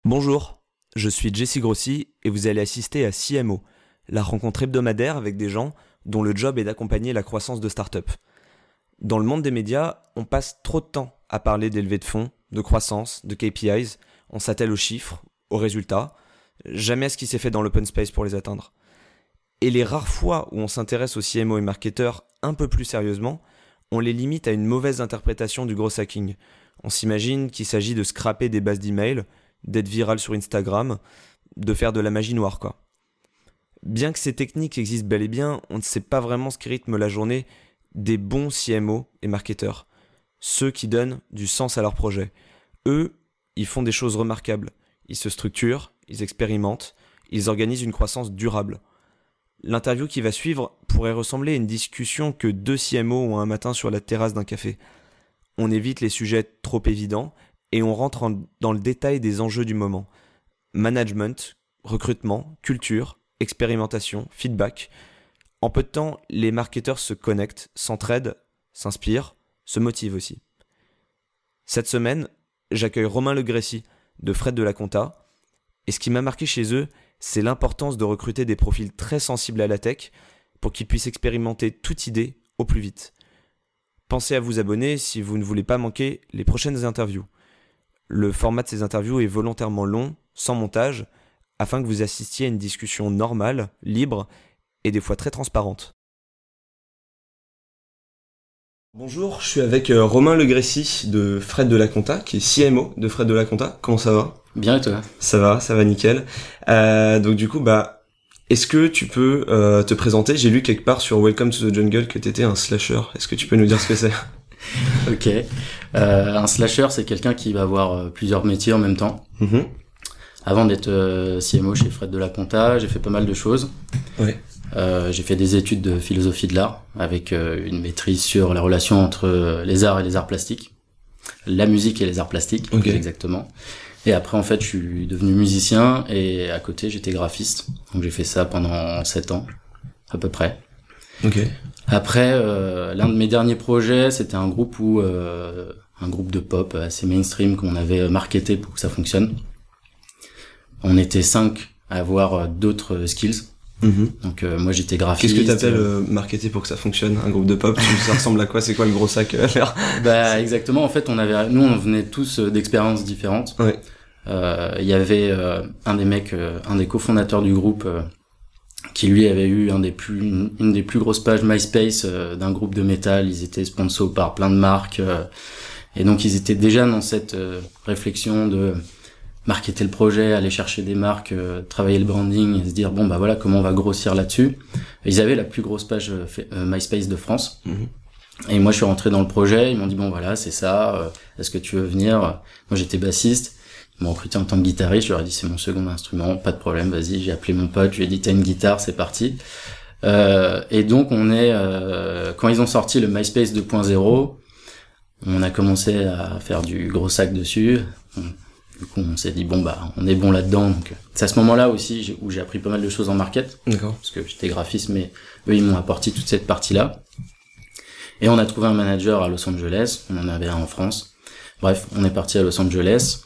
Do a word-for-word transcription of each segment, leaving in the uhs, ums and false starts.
Bonjour, je suis Jesse Grossi et vous allez assister à C M O, la rencontre hebdomadaire avec des gens dont le job est d'accompagner la croissance de start-up. Dans le monde des médias, on passe trop de temps à parler d'élevée de fonds, de croissance, de K P Is, on s'attelle aux chiffres, aux résultats, jamais à ce qui s'est fait dans l'open space pour les atteindre. Et les rares fois où on s'intéresse aux C M O et marketeurs un peu plus sérieusement, on les limite à une mauvaise interprétation du gros hacking. On s'imagine qu'il s'agit de scraper des bases d'emails, d'être viral sur Instagram, de faire de la magie noire quoi. Bien que ces techniques existent bel et bien, on ne sait pas vraiment ce qui rythme la journée des bons C M O et marketeurs, ceux qui donnent du sens à leur projet. Eux, ils font des choses remarquables, ils se structurent, ils expérimentent, ils organisent une croissance durable. L'interview qui va suivre pourrait ressembler à une discussion que deux C M O ont un matin sur la terrasse d'un café. On évite les sujets trop évidents et on rentre en, dans le détail des enjeux du moment. Management, recrutement, culture, expérimentation, feedback. En peu de temps, les marketeurs se connectent, s'entraident, s'inspirent, se motivent aussi. Cette semaine, j'accueille Romain Le Grécy de Fred de la Conta. Et ce qui m'a marqué chez eux, c'est l'importance de recruter des profils très sensibles à la tech pour qu'ils puissent expérimenter toute idée au plus vite. Pensez à vous abonner si vous ne voulez pas manquer les prochaines interviews. Le format de ces interviews est volontairement long, sans montage, afin que vous assistiez à une discussion normale, libre et des fois très transparente. Bonjour, je suis avec euh, Romain Le Grécy de Fred de la Conta, qui est C M O de Fred de la Conta. Comment ça va ? Bien et toi ? Ça va, ça va nickel. Euh, donc du coup, bah, est-ce que tu peux euh, te présenter ? J'ai lu quelque part sur Welcome to the Jungle que t'étais un slasher. Est-ce que tu peux nous dire ce que c'est ? Ok. Euh, un slasher, c'est quelqu'un qui va avoir euh, plusieurs métiers en même temps. Mm-hmm. Avant d'être euh, C M O chez Fred de la Conta, j'ai fait pas mal de choses. Ouais. Euh, j'ai fait des études de philosophie de l'art avec euh, une maîtrise sur la relation entre euh, les arts et les arts plastiques. La musique et les arts plastiques, Ok. plus exactement. Et après, en fait, je suis devenu musicien et à côté, j'étais graphiste. Donc j'ai fait ça pendant sept ans, à peu près. Ok. Après, euh, l'un de mes derniers projets, c'était un groupe où euh, un groupe de pop assez mainstream qu'on avait marketé pour que ça fonctionne. On était cinq à avoir d'autres skills. Mm-hmm. Donc euh, moi j'étais graphiste. Qu'est-ce que t'appelles euh, marketer pour que ça fonctionne ? Un groupe de pop, tu- ça ressemble à quoi ? C'est quoi le gros sac à faire ? Bah exactement. En fait, on avait, nous on venait tous d'expériences différentes. Il Ouais. euh, y avait euh, un des mecs, euh, un des cofondateurs du groupe. Euh, qui lui avait eu un des plus, une, une des plus grosses pages MySpace euh, d'un groupe de métal. Ils étaient sponsors par plein de marques euh, et donc ils étaient déjà dans cette euh, réflexion de marketer le projet, aller chercher des marques, euh, travailler le branding et se dire bon bah voilà comment on va grossir là-dessus. Et ils avaient la plus grosse page euh, fait, euh, MySpace de France. Mm-hmm. Et moi je suis rentré dans le projet, ils m'ont dit bon voilà c'est ça, euh, est-ce que tu veux venir ? Moi j'étais bassiste. Ils m'ont recruté en tant que guitariste, je leur ai dit c'est mon second instrument, pas de problème, vas-y, j'ai appelé mon pote, je lui ai dit t'as une guitare, c'est parti. Euh, et donc on est, euh, quand ils ont sorti le MySpace deux point zéro, on a commencé à faire du gros sac dessus. Du coup on s'est dit bon bah on est bon là-dedans. Donc c'est à ce moment-là aussi j'ai, où j'ai appris pas mal de choses en market, D'accord. parce que j'étais graphiste, mais eux ils m'ont apporté toute cette partie-là. Et on a trouvé un manager à Los Angeles, on en avait un en France. Bref, on est parti à Los Angeles.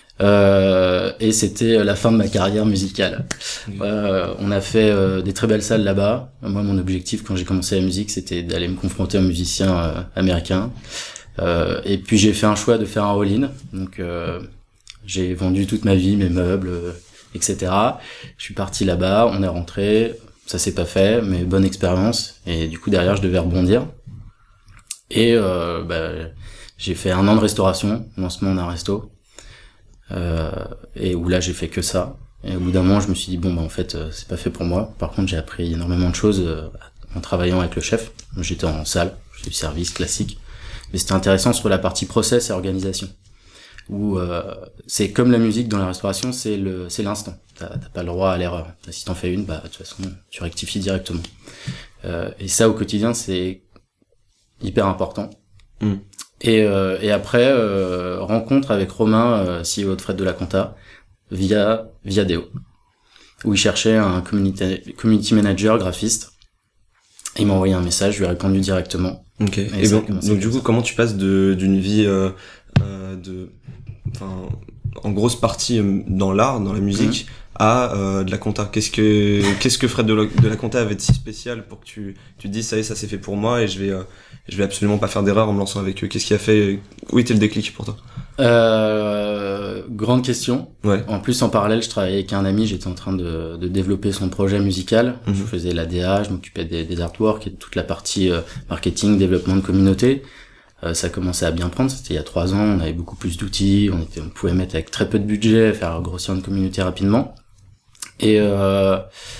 Euh, et c'était la fin de ma carrière musicale. Mmh. Euh, on a fait euh, des très belles salles là-bas. Moi, mon objectif quand j'ai commencé la musique, c'était d'aller me confronter aux musiciens euh, américains. Euh, et puis j'ai fait un choix de faire un all-in. Donc euh, j'ai vendu toute ma vie, mes meubles, euh, et cetera. Je suis parti là-bas, on est rentré. Ça s'est pas fait, mais bonne expérience. Et du coup derrière, je devais rebondir. Et euh, bah, j'ai fait un an de restauration, lancement d'un resto. Euh, et où là j'ai fait que ça, et au bout d'un moment je me suis dit bon bah en fait euh, c'est pas fait pour moi. Par contre j'ai appris énormément de choses euh, en travaillant avec le chef. J'étais en salle, j'ai du service classique, mais c'était intéressant sur la partie process et organisation où euh, c'est comme la musique dans la restauration, c'est le c'est l'instant, t'as, t'as pas le droit à l'erreur. Si t'en fais une, bah de toute façon tu rectifies directement. Euh, et ça au quotidien c'est hyper important. Mm. Et, euh, et après, euh, rencontre avec Romain, euh, C E O de Fred de la Conta, via Viadeo, où il cherchait un community, community manager graphiste. Et il m'a envoyé un message, je lui ai répondu directement. Ok. Et, et ça a bon, commencé donc du comme coup, ça. comment tu passes de d'une vie euh, euh, de, enfin, en grosse partie dans l'art, dans la musique, mmh. à euh, de la compta. Qu'est-ce que qu'est-ce que Fred de la, de la compta avait de si spécial pour que tu tu te dises ça y est, ça c'est fait pour moi et je vais euh, je vais absolument pas faire d'erreur en me lançant avec eux. Qu'est-ce qui a fait où était le déclic pour toi? Euh, grande question. Ouais. En plus, en parallèle, je travaillais avec un ami. J'étais en train de, de développer son projet musical. Mmh. Je faisais l'A D A, je m'occupais des, des artworks et de toute la partie euh, marketing, développement de communauté. Euh, ça commençait à bien prendre. C'était il y a trois ans. On avait beaucoup plus d'outils. On était, on pouvait mettre avec très peu de budget, faire grossir une communauté rapidement. Et euh,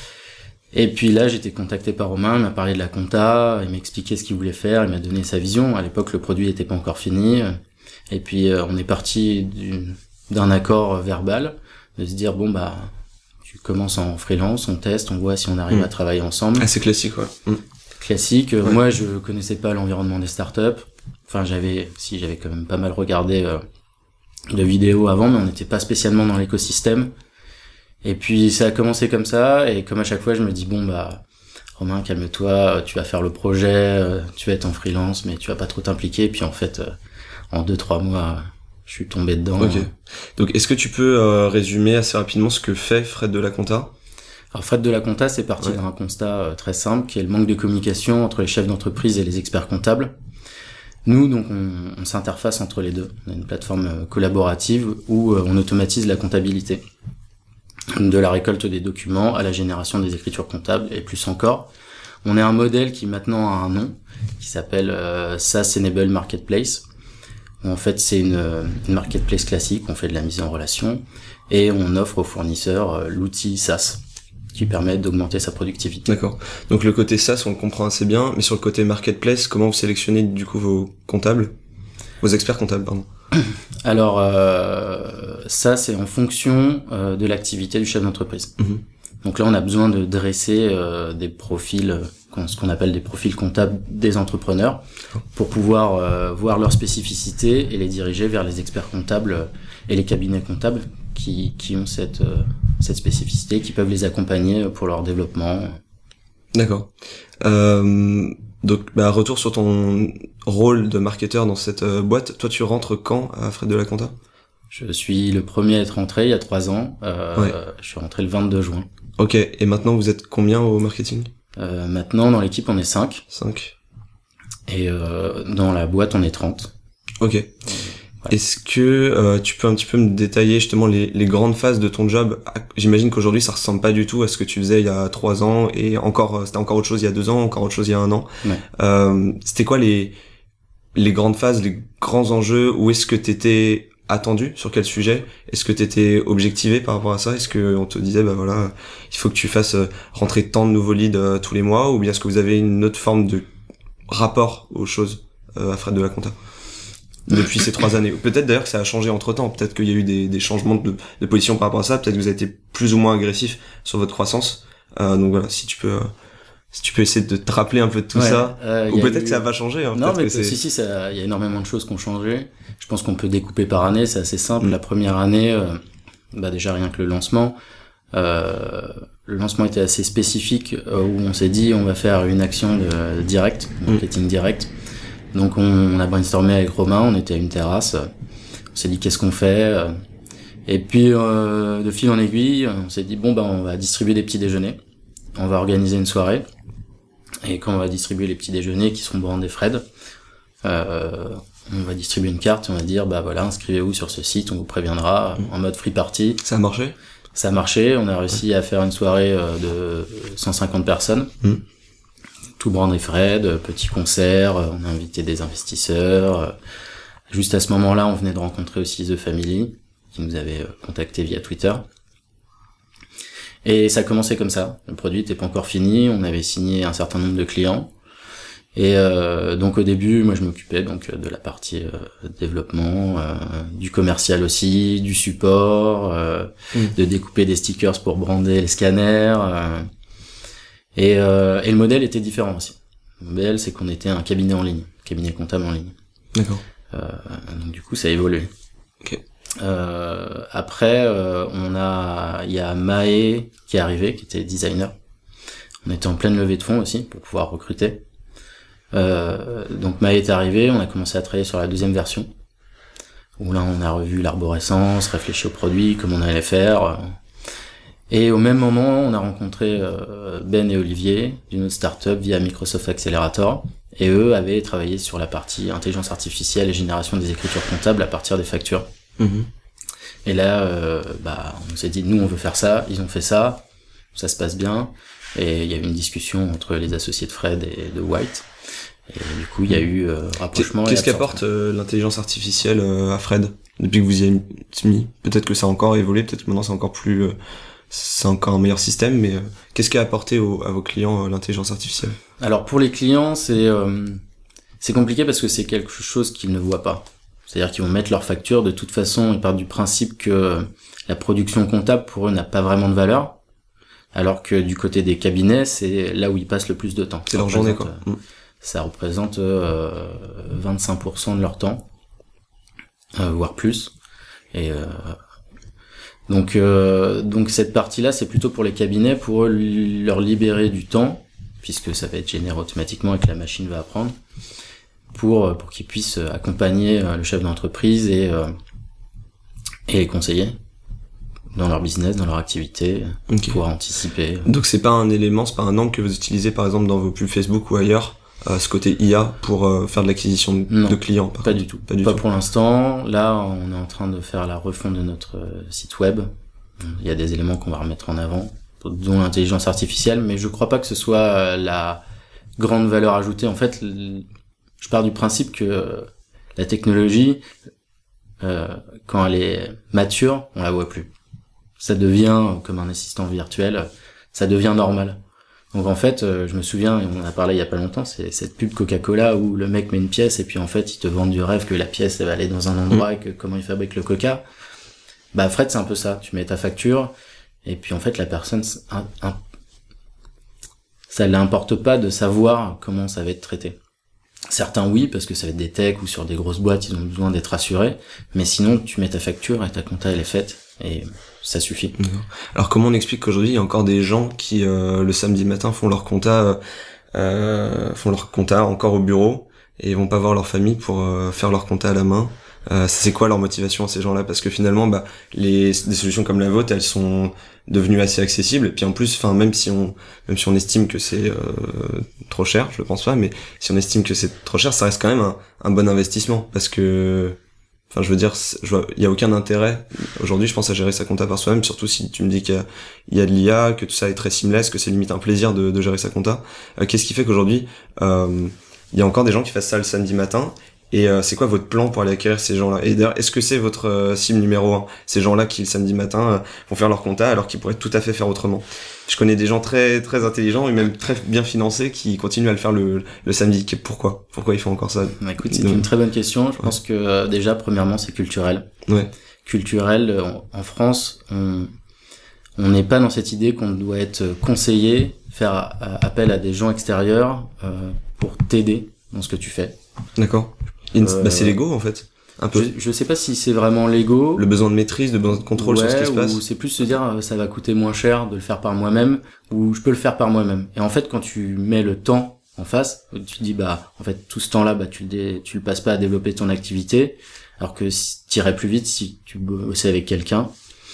et puis là, j'étais contacté par Romain. Il m'a parlé de la compta. Il m'a expliqué ce qu'il voulait faire. Il m'a donné sa vision. À l'époque, le produit n'était pas encore fini. Et puis euh, on est parti du, d'un accord verbal, de se dire bon bah tu commences en freelance, on teste, on voit si on arrive mmh. à travailler ensemble. Ah, c'est classique, ouais. Mmh. Classique. Ouais. Moi, je connaissais pas l'environnement des startups. Enfin, j'avais, si j'avais quand même pas mal regardé euh, de vidéos avant, mais on n'était pas spécialement dans l'écosystème. Et puis ça a commencé comme ça, et comme à chaque fois, je me dis bon bah Romain, calme-toi, tu vas faire le projet, tu vas être en freelance, mais tu vas pas trop t'impliquer. Et puis en fait, en deux trois mois, je suis tombé dedans. Ok. Donc est-ce que tu peux euh, résumer assez rapidement ce que fait Fred de la Compta ? Alors Fred de la Compta, c'est parti ouais. d'un constat euh, très simple, qui est le manque de communication entre les chefs d'entreprise et les experts comptables. Nous, donc, on, on s'interface entre les deux. On a une plateforme collaborative où euh, on automatise la comptabilité, de la récolte des documents à la génération des écritures comptables et plus encore. On est un modèle qui maintenant a un nom, qui s'appelle euh, SaaS Enable Marketplace. En fait, c'est une, une marketplace classique, on fait de la mise en relation et on offre aux fournisseurs euh, l'outil SaaS qui permet d'augmenter sa productivité. D'accord. Donc le côté SaaS, on le comprend assez bien, mais sur le côté marketplace, comment vous sélectionnez du coup vos comptables, vos experts comptables, pardon. Alors euh, ça, c'est en fonction euh, de l'activité du chef d'entreprise. Mmh. Donc là, on a besoin de dresser euh, des profils, euh, ce qu'on appelle des profils comptables des entrepreneurs, pour pouvoir euh, voir leurs spécificités et les diriger vers les experts comptables et les cabinets comptables qui, qui ont cette, euh, cette spécificité, qui peuvent les accompagner pour leur développement. D'accord. Euh, donc, bah, retour sur ton rôle de marketeur dans cette euh, boîte. Toi, tu rentres quand à Fred de la Compta ? Je suis le premier à être rentré il y a trois ans. Euh, ouais. Je suis rentré le vingt-deux juin. Ok. Et maintenant, vous êtes combien au marketing ? euh, Maintenant, dans l'équipe, on est cinq. cinq. Et euh, dans la boîte, on est trente. Ok. Ouais. Est-ce que euh, tu peux un petit peu me détailler justement les, les grandes phases de ton job ? J'imagine qu'aujourd'hui ça ressemble pas du tout à ce que tu faisais il y a trois ans et encore c'était encore autre chose il y a deux ans, encore autre chose il y a un an. Ouais. Euh, c'était quoi les les grandes phases, les grands enjeux ? Où est-ce que t'étais attendu ? Sur quel sujet ? Est-ce que t'étais objectivé par rapport à ça ? Est-ce que on te disait bah voilà il faut que tu fasses rentrer tant de nouveaux leads euh, tous les mois ? Ou bien est-ce que vous avez une autre forme de rapport aux choses euh, à Fred de la Compta ? Depuis ces trois années. Peut-être d'ailleurs que ça a changé entre temps. Peut-être qu'il y a eu des, des changements de, de position par rapport à ça. Peut-être que vous avez été plus ou moins agressif sur votre croissance. Euh, donc voilà, si tu peux, euh, si tu peux essayer de te rappeler un peu de tout ouais, ça. Euh, ou peut-être eu... que ça va changer. Hein, non, mais que c'est... si, si, ça, il y a énormément de choses qui ont changé. Je pense qu'on peut découper par année. C'est assez simple. Mmh. La première année, euh, bah déjà rien que le lancement. Euh, le lancement était assez spécifique euh, où on s'est dit on va faire une action de direct, marketing mmh. direct. Donc on, on a brainstormé avec Romain, on était à une terrasse, on s'est dit qu'est-ce qu'on fait, et puis euh, de fil en aiguille, on s'est dit bon ben on va distribuer des petits déjeuners, on va organiser une soirée, et quand on va distribuer les petits déjeuners qui seront brandés Fred, euh, on va distribuer une carte, on va dire bah voilà inscrivez-vous sur ce site, on vous préviendra en mode free party. Ça a marché ? Ça a marché, on a réussi à faire une soirée de cent cinquante personnes. Mmh. Tout brandé Fred, petit concert, on a invité des investisseurs. Juste à ce moment-là, on venait de rencontrer aussi The Family, qui nous avait contacté via Twitter. Et ça a commencé comme ça. Le produit n'était pas encore fini, on avait signé un certain nombre de clients. Et euh, donc au début, moi je m'occupais donc de la partie euh, développement, euh, du commercial aussi, du support, euh, mmh. de découper des stickers pour brander les scanners. Euh, Et, euh, et le modèle était différent aussi. Le modèle, c'est qu'on était un cabinet en ligne, cabinet comptable en ligne. D'accord. Euh, donc du coup, ça a évolué. Ok. Euh, après, euh, on a, il y a Maë qui est arrivé, qui était designer. On était en pleine levée de fonds aussi pour pouvoir recruter. Euh, donc Maë est arrivé, on a commencé à travailler sur la deuxième version. où là on a revu l'arborescence, réfléchi au produit, comment on allait faire. Et au même moment, on a rencontré euh, Ben et Olivier d'une autre startup via Microsoft Accelerator, et eux avaient travaillé sur la partie intelligence artificielle et génération des écritures comptables à partir des factures. Mmh. Et là, euh, bah, on s'est dit, nous on veut faire ça, ils ont fait ça, ça se passe bien, et il y a eu une discussion entre les associés de Fred et de White. Et du coup, il y a eu euh, rapprochement. Qu'est-ce qu'apporte euh, l'intelligence artificielle euh, à Fred depuis que vous y êtes mis? Peut-être que ça a encore évolué, peut-être que maintenant c'est encore plus, euh, c'est encore un meilleur système, mais euh, qu'est-ce qu'a apporté au, à vos clients euh, l'intelligence artificielle? Alors pour les clients, c'est euh, c'est compliqué parce que c'est quelque chose qu'ils ne voient pas. C'est-à-dire qu'ils vont mettre leur facture. De toute façon, ils partent du principe que la production comptable pour eux n'a pas vraiment de valeur, alors que du côté des cabinets, c'est là où ils passent le plus de temps. C'est leur journée, quoi. Euh, Ça représente euh, vingt-cinq pour cent de leur temps, euh, voire plus. Et euh, donc, euh, donc cette partie-là, c'est plutôt pour les cabinets, pour eux, leur libérer du temps, puisque ça va être généré automatiquement et que la machine va apprendre, pour pour qu'ils puissent accompagner le chef d'entreprise et euh, et les conseiller dans leur business, dans leur activité, okay. Pour anticiper. Donc c'est pas un élément, c'est pas un angle que vous utilisez par exemple dans vos pubs Facebook ou ailleurs, à ce côté I A pour euh, faire de l'acquisition de, non, de clients par pas contre. du tout. Pas, du pas tout. Pour l'instant. Là, on est en train de faire la refonte de notre euh, site web. Il y a des éléments qu'on va remettre en avant, dont l'intelligence artificielle, mais je crois pas que ce soit euh, la grande valeur ajoutée. En fait, l- je pars du principe que euh, la technologie, euh, quand elle est mature, on la voit plus. Ça devient comme un assistant virtuel, ça devient normal. Donc en fait, euh, je me souviens, et on en a parlé il y a pas longtemps, c'est cette pub Coca-Cola où le mec met une pièce et puis en fait, ils te vendent du rêve que la pièce elle va aller dans un endroit mmh. et que comment ils fabriquent le Coca. Bah Fred, c'est un peu ça. Tu mets ta facture et puis en fait, la personne, un, un, ça l'importe pas de savoir comment ça va être traité. Certains oui, parce que ça va être des techs ou sur des grosses boîtes, ils ont besoin d'être assurés. Mais sinon, tu mets ta facture et ta compta elle est faite et ça suffit. Alors comment on explique qu'aujourd'hui il y a encore des gens qui euh, le samedi matin font leur compta, euh, font leur compta encore au bureau et vont pas voir leur famille pour euh, faire leur compta à la main. Euh, c'est quoi leur motivation à ces gens-là? Parce que finalement, bah, les des solutions comme la vôtre, elles sont devenues assez accessibles. Et puis en plus, enfin même si on même si on estime que c'est euh, trop cher, je le pense pas, mais si on estime que c'est trop cher, ça reste quand même un, un bon investissement parce que Enfin, je veux dire, je vois, il y a aucun intérêt aujourd'hui, je pense, à gérer sa compta par soi-même, surtout si tu me dis qu'il y a, il y a de l'I A, que tout ça est très seamless, que c'est limite un plaisir de, de gérer sa compta. Euh, qu'est-ce qui fait qu'aujourd'hui, euh, il y a encore des gens qui fassent ça le samedi matin? Et euh, c'est quoi votre plan pour aller acquérir ces gens-là? Et d'ailleurs, est-ce que c'est votre euh, cible numéro un? Ces gens-là qui, le samedi matin, euh, vont faire leur compta alors qu'ils pourraient tout à fait faire autrement. Je connais des gens très très intelligents et même très bien financés qui continuent à le faire le, le samedi. Pourquoi Pourquoi ils font encore ça? Bah, écoute, c'est Donc, une très bonne question. Je ouais. pense que euh, déjà, premièrement, c'est culturel. Ouais. Culturel, en, en France, on on n'est pas dans cette idée qu'on doit être conseillé, faire a, appel à des gens extérieurs euh, pour t'aider dans ce que tu fais. D'accord. Euh, bah, c'est l'ego en fait. Un peu. Je, je sais pas si c'est vraiment l'ego. Le besoin de maîtrise, le besoin de contrôle ouais, sur ce qui se passe. Ou c'est plus se dire euh, ça va coûter moins cher de le faire par moi-même ou je peux le faire par moi-même. Et en fait, quand tu mets le temps en face, tu te dis bah en fait tout ce temps-là bah tu le dé- tu le passes pas à développer ton activité, alors que si, t'irais plus vite si tu bossais avec quelqu'un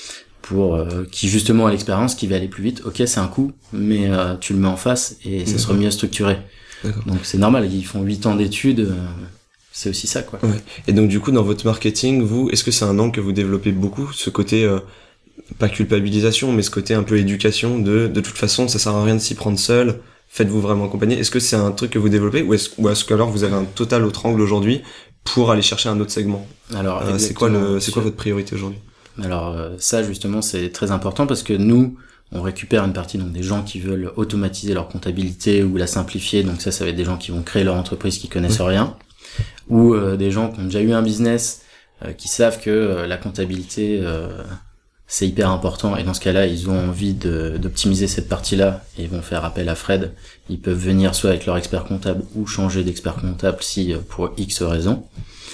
pour euh, qui justement a l'expérience, qui va aller plus vite. Ok, c'est un coût, mais euh, tu le mets en face et ça sera mieux structuré. D'accord. Donc c'est normal. Ils font huit ans d'études. Euh, C'est aussi ça, quoi. Ouais. Et donc, du coup, dans votre marketing, vous, est-ce que c'est un angle que vous développez beaucoup, ce côté, euh, pas culpabilisation, mais ce côté un peu éducation de, de toute façon, ça sert à rien de s'y prendre seul, faites-vous vraiment accompagner. Est-ce que c'est un truc que vous développez, ou est-ce, ou est-ce qu'alors vous avez un total autre angle aujourd'hui pour aller chercher un autre segment? Alors, euh, c'est quoi le, c'est quoi votre priorité aujourd'hui? Alors, euh, ça, justement, c'est très important parce que nous, on récupère une partie donc des gens qui veulent automatiser leur comptabilité ou la simplifier. Donc ça, ça va être des gens qui vont créer leur entreprise qui connaissent ouais. rien. Ou euh, des gens qui ont déjà eu un business, euh, qui savent que euh, la comptabilité euh, c'est hyper important et dans ce cas-là ils ont envie de, d'optimiser cette partie-là et ils vont faire appel à Fred. Ils peuvent venir soit avec leur expert comptable ou changer d'expert comptable si pour X raisons.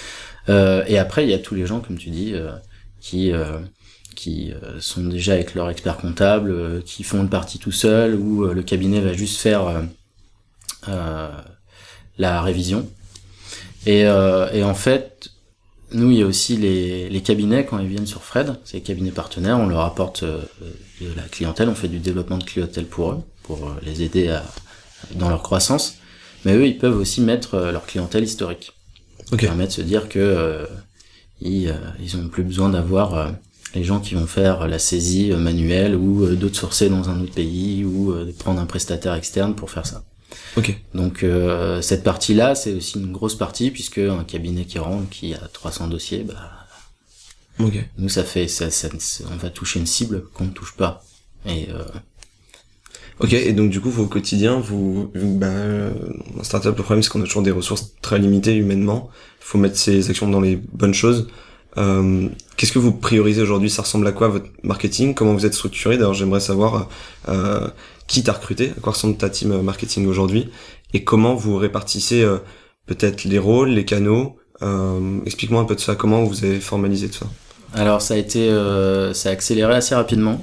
Euh, et après il y a tous les gens comme tu dis euh, qui euh, qui euh, sont déjà avec leur expert comptable, euh, qui font une partie tout seul ou euh, le cabinet va juste faire euh, euh, la révision. Et, euh, et en fait, nous, il y a aussi les, les cabinets quand ils viennent sur Fred, c'est les cabinets partenaires, on leur apporte euh, de la clientèle, on fait du développement de clientèle pour eux, pour les aider à, dans leur croissance. Mais eux, ils peuvent aussi mettre euh, leur clientèle historique. Okay. Ça permet de se dire que euh, ils, euh, ils ont plus besoin d'avoir euh, les gens qui vont faire la saisie euh, manuelle ou euh, d'outsourcer dans un autre pays ou euh, de prendre un prestataire externe pour faire ça. Ok. Donc euh, cette partie-là, c'est aussi une grosse partie puisque un cabinet qui rentre, qui a trois cents dossiers, bah okay. nous ça fait, ça, ça, on va toucher une cible qu'on ne touche pas. Et euh, ok. Et donc du coup, vous, au quotidien, vous, bah, euh, en startup, le problème c'est qu'on a toujours des ressources très limitées humainement. Il faut mettre ses actions dans les bonnes choses. Euh, qu'est-ce que vous priorisez aujourd'hui? Ça ressemble à quoi votre marketing? Comment vous êtes structuré? D'ailleurs, j'aimerais savoir euh, qui t'a recruté, à quoi ressemble ta team marketing aujourd'hui, et comment vous répartissez euh, peut-être les rôles, les canaux. Euh, explique-moi un peu de ça. Comment vous avez formalisé tout ça? Alors, ça a été, euh, ça a accéléré assez rapidement.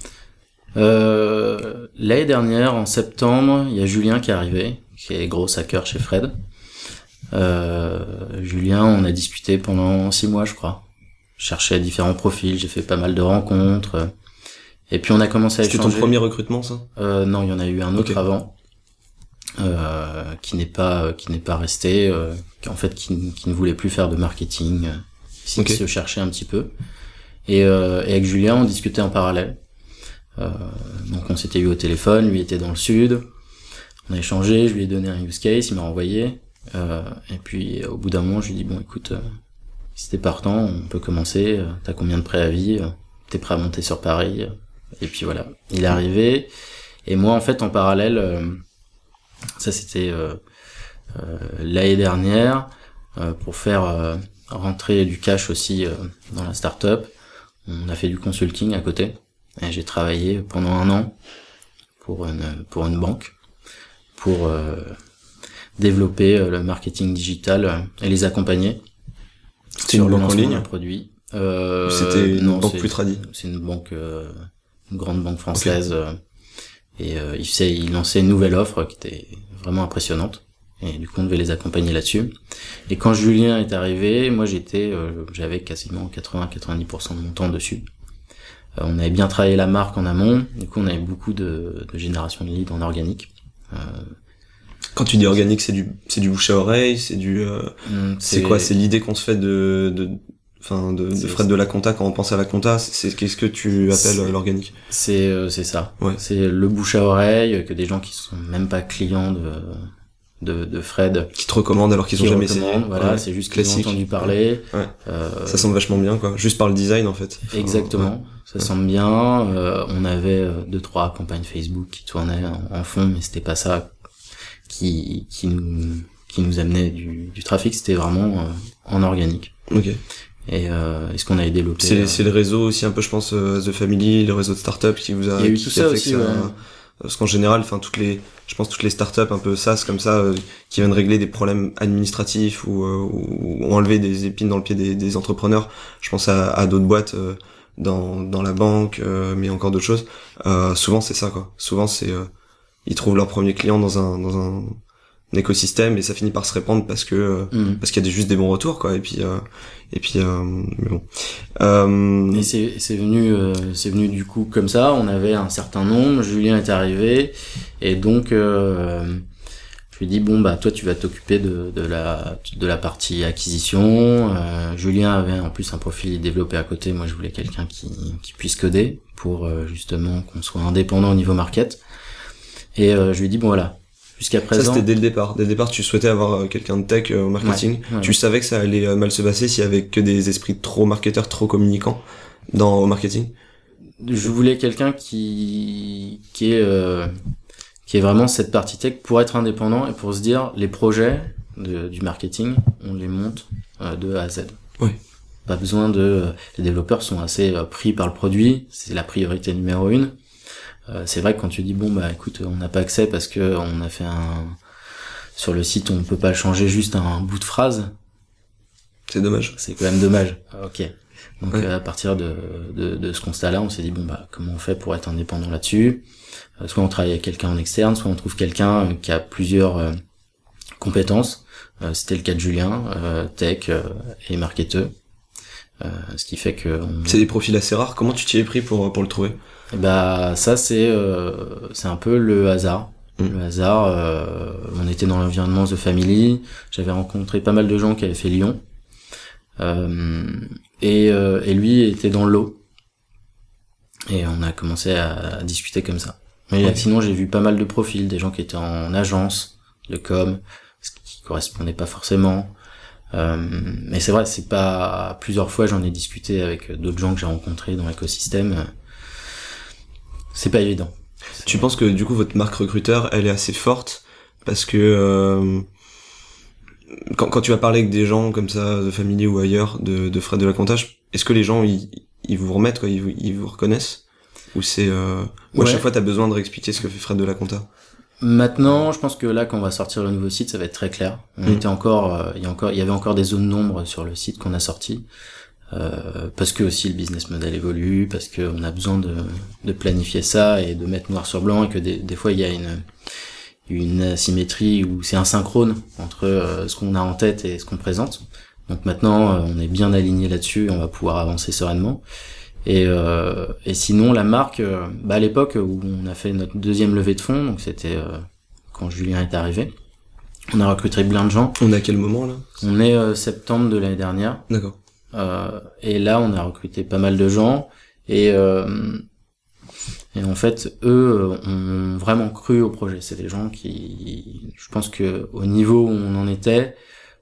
Euh, l'année dernière, en septembre, il y a Julien qui est arrivé, qui est gros hacker chez Fred. Euh, Julien, on a discuté pendant six mois, je crois. Je cherchais différents profils, j'ai fait pas mal de rencontres. Et puis on a commencé à échanger. C'était ton premier recrutement, ça? Euh, non, il y en a eu un autre okay. avant, euh, qui n'est pas, qui n'est pas resté, euh, qui en fait, qui, qui ne voulait plus faire de marketing, euh, qui okay. se cherchait un petit peu. Et, euh, et avec Julien, on discutait en parallèle. Euh, donc on s'était eu au téléphone, lui était dans le sud. On a échangé, je lui ai donné un use case, il m'a envoyé. Euh, et puis au bout d'un moment, je lui ai dit bon, écoute, euh, si t'es partant, on peut commencer. Euh, t'as combien de préavis? euh, T'es prêt à monter sur Paris? Et puis voilà, il est arrivé. Et moi, en fait, en parallèle, euh, ça c'était euh, euh, l'année dernière, euh, pour faire euh, rentrer du cash aussi euh, dans la startup. On a fait du consulting à côté. Et j'ai travaillé pendant un an pour une pour une banque pour euh, développer euh, le marketing digital euh, et les accompagner. C'était une banque en ligne, un produit. Euh, C'était une non, banque c'est, plus tradie. C'est une banque, euh, une grande banque française. Okay. Euh, et euh, il, fait, il lançait une nouvelle offre qui était vraiment impressionnante. Et du coup, on devait les accompagner là-dessus. Et quand Julien est arrivé, moi j'étais, euh, j'avais quasiment quatre-vingts à quatre-vingt-dix pour cent de mon temps dessus. Euh, on avait bien travaillé la marque en amont. Du coup, on avait beaucoup de, de génération de leads en organique. Euh, Quand tu dis organique, c'est du, c'est du bouche à oreille, c'est du, euh, c'est, c'est quoi, c'est l'idée qu'on se fait de, de, enfin, de, de Fred de la compta quand on pense à la compta, c'est, qu'est-ce que tu appelles c'est, l'organique? C'est, euh, c'est ça. Ouais. C'est le bouche à oreille, que des gens qui sont même pas clients de, de, de Fred. Qui te recommandent alors qu'ils ont jamais essayé. Voilà, ouais. c'est juste qu'ils ont entendu parler. Ouais. Euh, ça semble vachement bien, quoi. Juste par le design, en fait. Enfin, exactement. Ouais. Ça ouais. semble bien. Euh, on avait deux, trois campagnes Facebook qui tournaient en, en fond, mais c'était pas ça qui qui nous qui nous amenait du, du trafic, c'était vraiment euh, en organique. Ok. Et euh, est-ce qu'on avait développé c'est euh... c'est le réseau aussi un peu, je pense, euh, The Family, le réseau de startup qui vous a. Il y a eu qui tout ça aussi. Ça, ouais. Parce qu'en général, enfin toutes les, je pense toutes les startups un peu SaaS comme ça, euh, qui viennent régler des problèmes administratifs ou, euh, ou enlever des épines dans le pied des, des entrepreneurs. Je pense à, à d'autres boîtes euh, dans dans la banque, euh, mais encore d'autres choses. Euh, souvent c'est ça, quoi. Souvent c'est euh, ils trouvent leur premier client dans un dans un, un écosystème et ça finit par se répandre parce que euh, mmh. parce qu'il y a des, juste des bons retours, quoi. Et puis euh, et puis euh, mais bon. Euh... Et c'est c'est venu euh, c'est venu du coup comme ça. On avait un certain nombre. Julien est arrivé et donc euh, je lui dis bon bah toi tu vas t'occuper de de la de la partie acquisition. Euh, Julien avait en plus un profil développé à côté. Moi je voulais quelqu'un qui qui puisse coder pour euh, justement qu'on soit indépendant au niveau market. Et euh, je lui dis bon voilà, jusqu'à présent. Ça c'était dès le départ. Dès le départ, tu souhaitais avoir quelqu'un de tech euh, au marketing. Ouais, ouais, tu ouais. savais que ça allait euh, mal se passer s'il y avait que des esprits trop marketeurs, trop communicants dans au marketing. Je voulais quelqu'un qui qui est euh, qui est vraiment cette partie tech pour être indépendant et pour se dire les projets de, du marketing, on les monte euh, de A à Z. Oui. Pas besoin de. Euh, les développeurs sont assez euh, pris par le produit, c'est la priorité numéro une. Euh, c'est vrai que quand tu dis bon bah écoute on n'a pas accès parce que on a fait un sur le site on peut pas changer juste un bout de phrase, c'est dommage, c'est quand même dommage. Ah, ok, donc ouais. euh, à partir de, de de ce constat là on s'est dit bon bah comment on fait pour être indépendant là-dessus, euh, soit on travaille avec quelqu'un en externe, soit on trouve quelqu'un euh, qui a plusieurs euh, compétences. Euh, c'était le cas de Julien, euh, tech euh, et marketeur. Euh, ce qui fait que on... c'est des profils assez rares. Comment tu t'y es pris pour pour le trouver? Et bah ça c'est euh, c'est un peu le hasard. Mmh. Le hasard. Euh, on était dans l'environnement The Family. J'avais rencontré pas mal de gens qui avaient fait Lyon. Euh, et, euh, et lui était dans l'eau. Et on a commencé à, à discuter comme ça. Mais okay. Sinon j'ai vu pas mal de profils, des gens qui étaient en agence de com, ce qui correspondait pas forcément. Euh, mais c'est vrai, c'est pas plusieurs fois j'en ai discuté avec d'autres gens que j'ai rencontrés dans l'écosystème. C'est pas évident. Tu penses que du coup votre marque recruteur, elle est assez forte parce que euh, quand, quand tu vas parler avec des gens comme ça, de Family ou ailleurs, de, de Fred de la Comptage, est-ce que les gens ils, ils vous remettent, quoi, ils, vous, ils vous reconnaissent, ou c'est euh, ou ouais. à chaque fois t'as besoin de réexpliquer ce que fait Fred de la Compta? Maintenant, je pense que là, quand on va sortir le nouveau site, ça va être très clair. On mmh. était encore, euh, il y a encore, il y avait encore des zones d'ombre sur le site qu'on a sorti, euh, parce que aussi le business model évolue, parce que on a besoin de, de planifier ça et de mettre noir sur blanc, et que des, des fois il y a une, une asymétrie ou c'est asynchrone entre euh, ce qu'on a en tête et ce qu'on présente. Donc maintenant, euh, on est bien aligné là-dessus, et on va pouvoir avancer sereinement. Et, euh, et sinon la marque, euh, bah à l'époque où on a fait notre deuxième levée de fonds, donc c'était euh, quand Julien est arrivé, on a recruté plein de gens. On est à quel moment là? On est euh, septembre de l'année dernière. D'accord. Euh, et là on a recruté pas mal de gens et euh, et en fait eux ont vraiment cru au projet. C'est des gens qui, je pense que au niveau où on en était,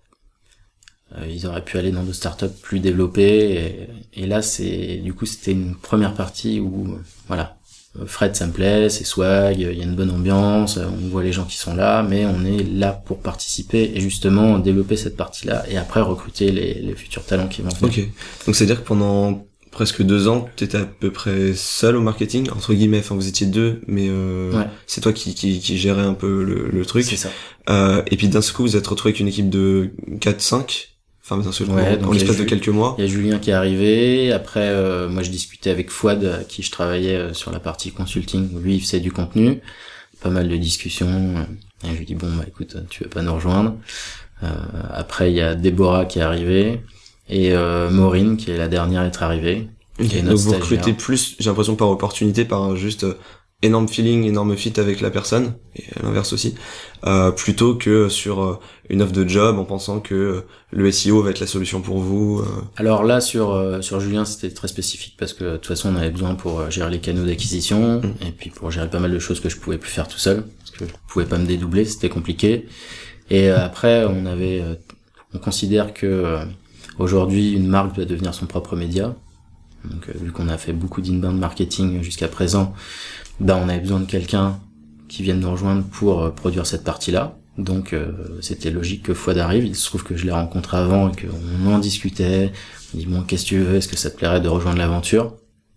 Euh, ils auraient pu aller dans d'autres startups plus développées et, et là c'est du coup c'était une première partie où euh, voilà, Fred ça me plaît, c'est swag, il y a une bonne ambiance, on voit les gens qui sont là, mais on est là pour participer et justement développer cette partie-là et après recruter les, les futurs talents qui vont venir. Ok, donc c'est à dire que pendant presque deux ans t'étais à peu près seul au marketing entre guillemets, enfin vous étiez deux, mais euh, ouais. c'est toi qui, qui qui gérais un peu le, le truc. C'est ça. Euh, et puis d'un seul coup vous êtes retrouvé avec une équipe de quatre cinq. Enfin, d'un seul coup, ouais, en l'espace de quelques mois. Il y a Julien qui est arrivé. Après, euh, moi, je discutais avec Fouad, à qui je travaillais euh, sur la partie consulting. Lui, il faisait du contenu. Pas mal de discussions. Et je lui dis, bon, bah, écoute, tu veux pas nous rejoindre. Euh, après, il y a Déborah qui est arrivée. Et euh, Maureen, qui est la dernière à être arrivée. Okay. Qui est notre Donc, vous recrutez plus, j'ai l'impression, par opportunité, par juste euh, énorme feeling, énorme fit avec la personne, et à l'inverse aussi, euh, plutôt que sur euh, une offre de job en pensant que euh, le S E O va être la solution pour vous. Euh. Alors là, sur euh, sur Julien, c'était très spécifique parce que de toute façon, on avait besoin pour euh, gérer les canaux d'acquisition mmh. et puis pour gérer pas mal de choses que je pouvais plus faire tout seul parce que je pouvais pas me dédoubler, c'était compliqué. Et euh, après, on avait, euh, on considère que euh, aujourd'hui, une marque doit devenir son propre média. Donc, euh, vu qu'on a fait beaucoup d'inbound marketing jusqu'à présent, ben on avait besoin de quelqu'un qui vienne nous rejoindre pour euh, produire cette partie-là. Donc euh, c'était logique que Fouad arrive. Il se trouve que je l'ai rencontré avant et qu'on en discutait. On dit bon, qu'est-ce que tu veux? Est-ce que ça te plairait de rejoindre l'aventure?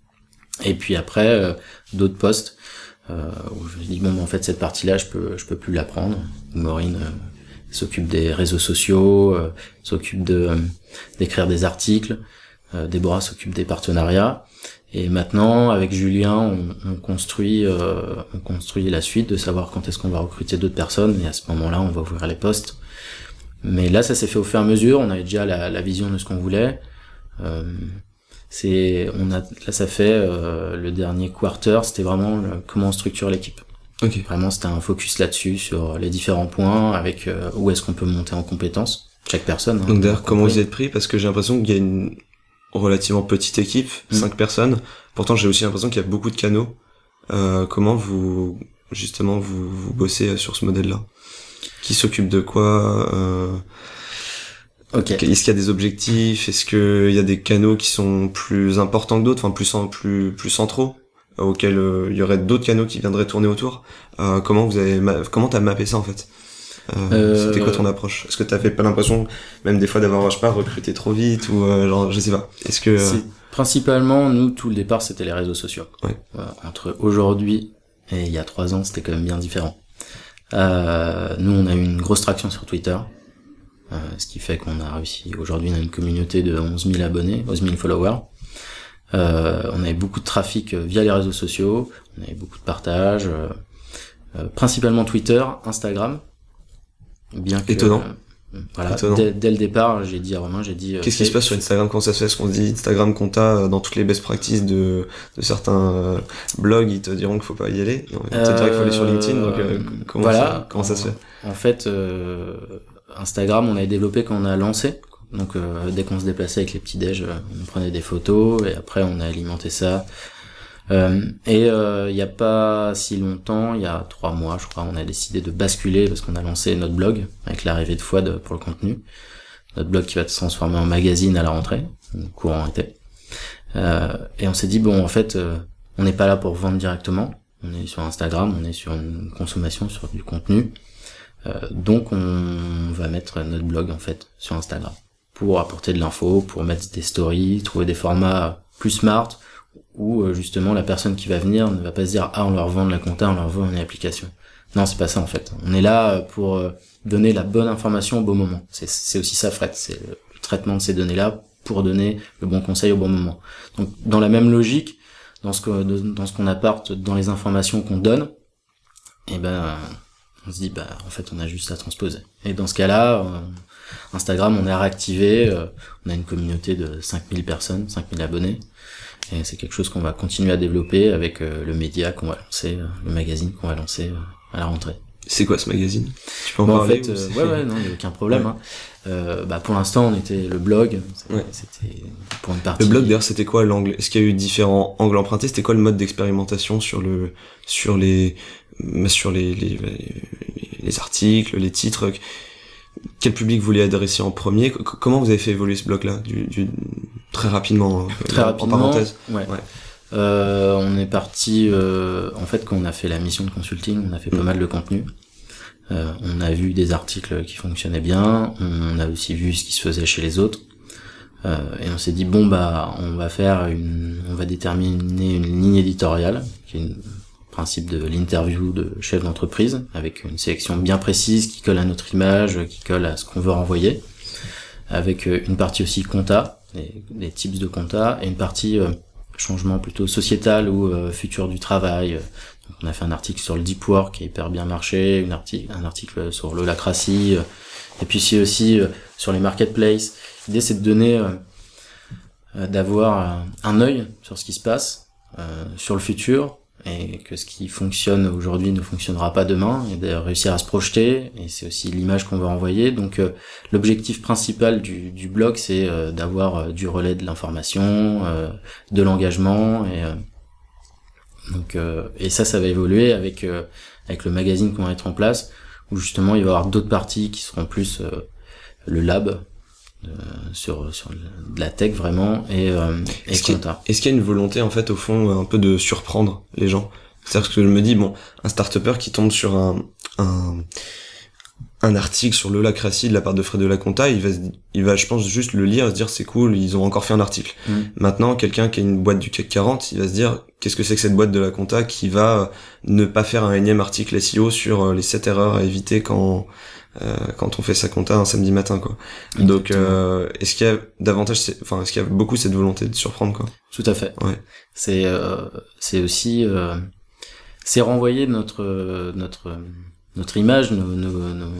Et puis après euh, d'autres postes euh, où je me dis bon, ben, en fait cette partie-là, je peux je peux plus la prendre. Maureen euh, s'occupe des réseaux sociaux, euh, s'occupe de euh, d'écrire des articles. Euh, Déborah s'occupe des partenariats. Et maintenant, avec Julien, on, on construit, euh, on construit la suite de savoir quand est-ce qu'on va recruter d'autres personnes. Et à ce moment-là, on va ouvrir les postes. Mais là, ça s'est fait au fur et à mesure. On avait déjà la, la vision de ce qu'on voulait. Euh, c'est, on a, là, ça fait euh, le dernier quarter. C'était vraiment le, comment on structure l'équipe. Okay. Vraiment, c'était un focus là-dessus sur les différents points, avec euh, où est-ce qu'on peut monter en compétences chaque personne. Hein, donc d'ailleurs, comment vous êtes pris? Parce que j'ai l'impression qu'il y a une relativement petite équipe, mmh. cinq personnes. Pourtant, j'ai aussi l'impression qu'il y a beaucoup de canaux. Euh, comment vous, justement, vous, vous bossez sur ce modèle-là? Qui s'occupe de quoi? euh... Okay. Est-ce qu'il y a des objectifs? Est-ce qu'il y a des canaux qui sont plus importants que d'autres, enfin plus plus plus centraux, euh, auxquels euh, il y aurait d'autres canaux qui viendraient tourner autour? euh, Comment vous avez, ma... comment t'as mappé ça en fait? Euh, euh, c'était quoi ton approche? Est-ce que t'as fait pas l'impression, même des fois, d'avoir, je sais pas, recruté trop vite ou euh, genre, je sais pas. Est-ce que c'est principalement, nous, tout le départ, c'était les réseaux sociaux. Ouais. Voilà, entre aujourd'hui et il y a trois ans, c'était quand même bien différent. Euh, nous, on a eu une grosse traction sur Twitter, euh, ce qui fait qu'on a réussi. Aujourd'hui, on a une communauté de onze mille abonnés, onze mille followers. Euh, on avait beaucoup de trafic via les réseaux sociaux, on avait beaucoup de partages, euh, euh, principalement Twitter, Instagram. Bien que, étonnant. Voilà, dès, dès le départ, j'ai dit à Romain, j'ai dit... Qu'est-ce qui se passe sur Instagram quand ça se fait? Ce qu'on se dit, Instagram compta dans toutes les best practices de, de certains euh, blogs, ils te diront qu'il faut pas y aller. Non, ils te diront qu'il faut aller sur LinkedIn, donc euh, comment, voilà, ça, comment en, ça se fait? En fait, euh, Instagram, on avait développé quand on a lancé. Donc euh, dès qu'on se déplaçait avec les petits déj, on prenait des photos et après on a alimenté ça. Euh, et il euh, y a pas si longtemps, il y a trois mois, je crois, on a décidé de basculer parce qu'on a lancé notre blog avec l'arrivée de Fouad pour le contenu. Notre blog qui va se transformer en magazine à la rentrée, courant été. Euh, et on s'est dit bon, en fait, euh, on n'est pas là pour vendre directement. On est sur Instagram, on est sur une consommation, sur du contenu. Euh, donc on va mettre notre blog en fait sur Instagram pour apporter de l'info, pour mettre des stories, trouver des formats plus smart où euh, justement la personne qui va venir ne va pas se dire ah on leur vend de la compta, on leur vend une application. Non, c'est pas ça en fait. On est là pour euh, donner la bonne information au bon moment. C'est, c'est aussi ça Fred, c'est le traitement de ces données-là pour donner le bon conseil au bon moment. Donc dans la même logique, dans ce que dans ce qu'on apporte, dans les informations qu'on donne, et ben on se dit bah en fait on a juste à transposer. Et dans ce cas-là, euh, Instagram on est réactivé, euh, on a une communauté de cinq mille personnes, cinq mille abonnés. Et c'est quelque chose qu'on va continuer à développer avec euh, le média qu'on va lancer, euh, le magazine qu'on va lancer euh, à la rentrée. C'est quoi ce magazine? Tu peux en bon, parler? En fait, euh, ouais, ouais, non, il n'y a aucun problème. Ouais. Hein. Euh, bah, pour l'instant, on était le blog. Ouais. C'était pour une partie. Le blog, d'ailleurs, c'était quoi l'angle? Est-ce qu'il y a eu différents angles empruntés? C'était quoi le mode d'expérimentation sur le, sur les, sur les, les, les, les articles, les titres? Quel public vous vouliez adresser en premier? Comment vous avez fait évoluer ce blog-là, du, du, très rapidement, très en, rapidement, en parenthèse? Ouais. ouais. Euh, on est parti, euh, en fait, quand on a fait la mission de consulting, on a fait mmh. pas mal de contenu. Euh, on a vu des articles qui fonctionnaient bien, on a aussi vu ce qui se faisait chez les autres, euh, et on s'est dit bon bah on va faire une, on va déterminer une ligne éditoriale, qui est le principe de l'interview de chef d'entreprise, avec une sélection bien précise qui colle à notre image, qui colle à ce qu'on veut renvoyer, avec une partie aussi compta, des, des tips de compta, et une partie euh, changement plutôt sociétal ou euh, futur du travail. Donc on a fait un article sur le deep work qui a hyper bien marché, une article, un article sur l'holacratie, euh, et puis aussi, aussi euh, sur les marketplaces. L'idée c'est de donner, euh, euh, d'avoir euh, un œil sur ce qui se passe, euh, sur le futur, et que ce qui fonctionne aujourd'hui ne fonctionnera pas demain, et de réussir à se projeter, et c'est aussi l'image qu'on va envoyer. Donc euh, l'objectif principal du, du blog, c'est euh, d'avoir euh, du relais de l'information, euh, de l'engagement, et euh, donc euh, et ça, ça va évoluer avec euh, avec le magazine qu'on va mettre en place, où justement il va y avoir d'autres parties qui seront plus euh, le lab, De, sur sur de la tech vraiment et euh, et est-ce qu'il, y a, est-ce qu'il y a une volonté en fait au fond un peu de surprendre les gens? C'est-à-dire que je me dis bon, un start-upper qui tombe sur un un un article sur l'holacratie de la part de Fred de la Compta, il va il va je pense juste le lire et se dire c'est cool, ils ont encore fait un article. Mmh. Maintenant, quelqu'un qui a une boîte du C A C quarante, il va se dire qu'est-ce que c'est que cette boîte de la Compta qui va ne pas faire un énième article S E O sur les sept erreurs à éviter quand Euh, quand on fait sa compta un samedi matin quoi. Exactement. Donc euh, est-ce qu'il y a davantage enfin est-ce qu'il y a beaucoup cette volonté de surprendre quoi? Tout à fait. Ouais. C'est euh, c'est aussi euh, c'est renvoyer notre notre notre image nos, nos, nos...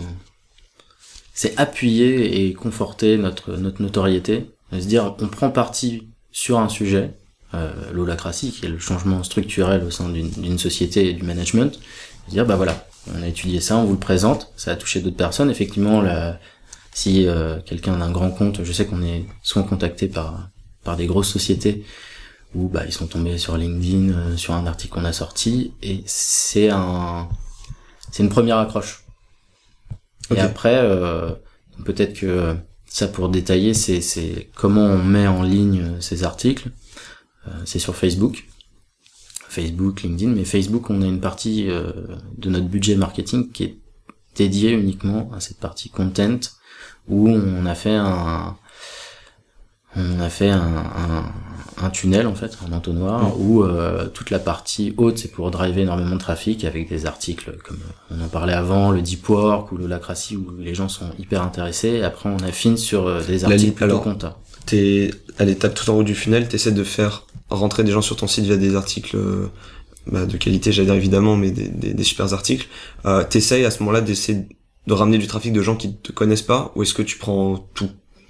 c'est appuyer et conforter notre notre notoriété, se dire on prend parti sur un sujet, euh, l'holacratie qui est le changement structurel au sein d'une d'une société et du management, se dire bah voilà, on a étudié ça, on vous le présente, ça a touché d'autres personnes. Effectivement, là, si euh, quelqu'un d'un grand compte, je sais qu'on est souvent contacté par par des grosses sociétés où bah ils sont tombés sur LinkedIn, euh, sur un article qu'on a sorti, et c'est un c'est une première accroche. Okay. Et après, euh, peut-être que ça pour détailler, c'est c'est comment on met en ligne ces articles. Euh, c'est sur Facebook. Facebook, LinkedIn, mais Facebook, on a une partie euh, de notre budget marketing qui est dédiée uniquement à cette partie content, où on a fait un on a fait un, un, un tunnel en fait, un entonnoir, mmh. où euh, toute la partie haute c'est pour driver énormément de trafic avec des articles comme on en parlait avant, le deep work ou l'holacratie où les gens sont hyper intéressés. Et après on affine sur euh, des articles plutôt compta. T'es à l'étape tout en haut du funnel, t'essaies de faire rentrer des gens sur ton site via des articles euh, bah, de qualité, j'allais dire évidemment, mais des, des, des super articles. Euh, t'essayes à ce moment-là d'essayer de ramener du trafic de gens qui te connaissent pas, ou est-ce que tu prends tout?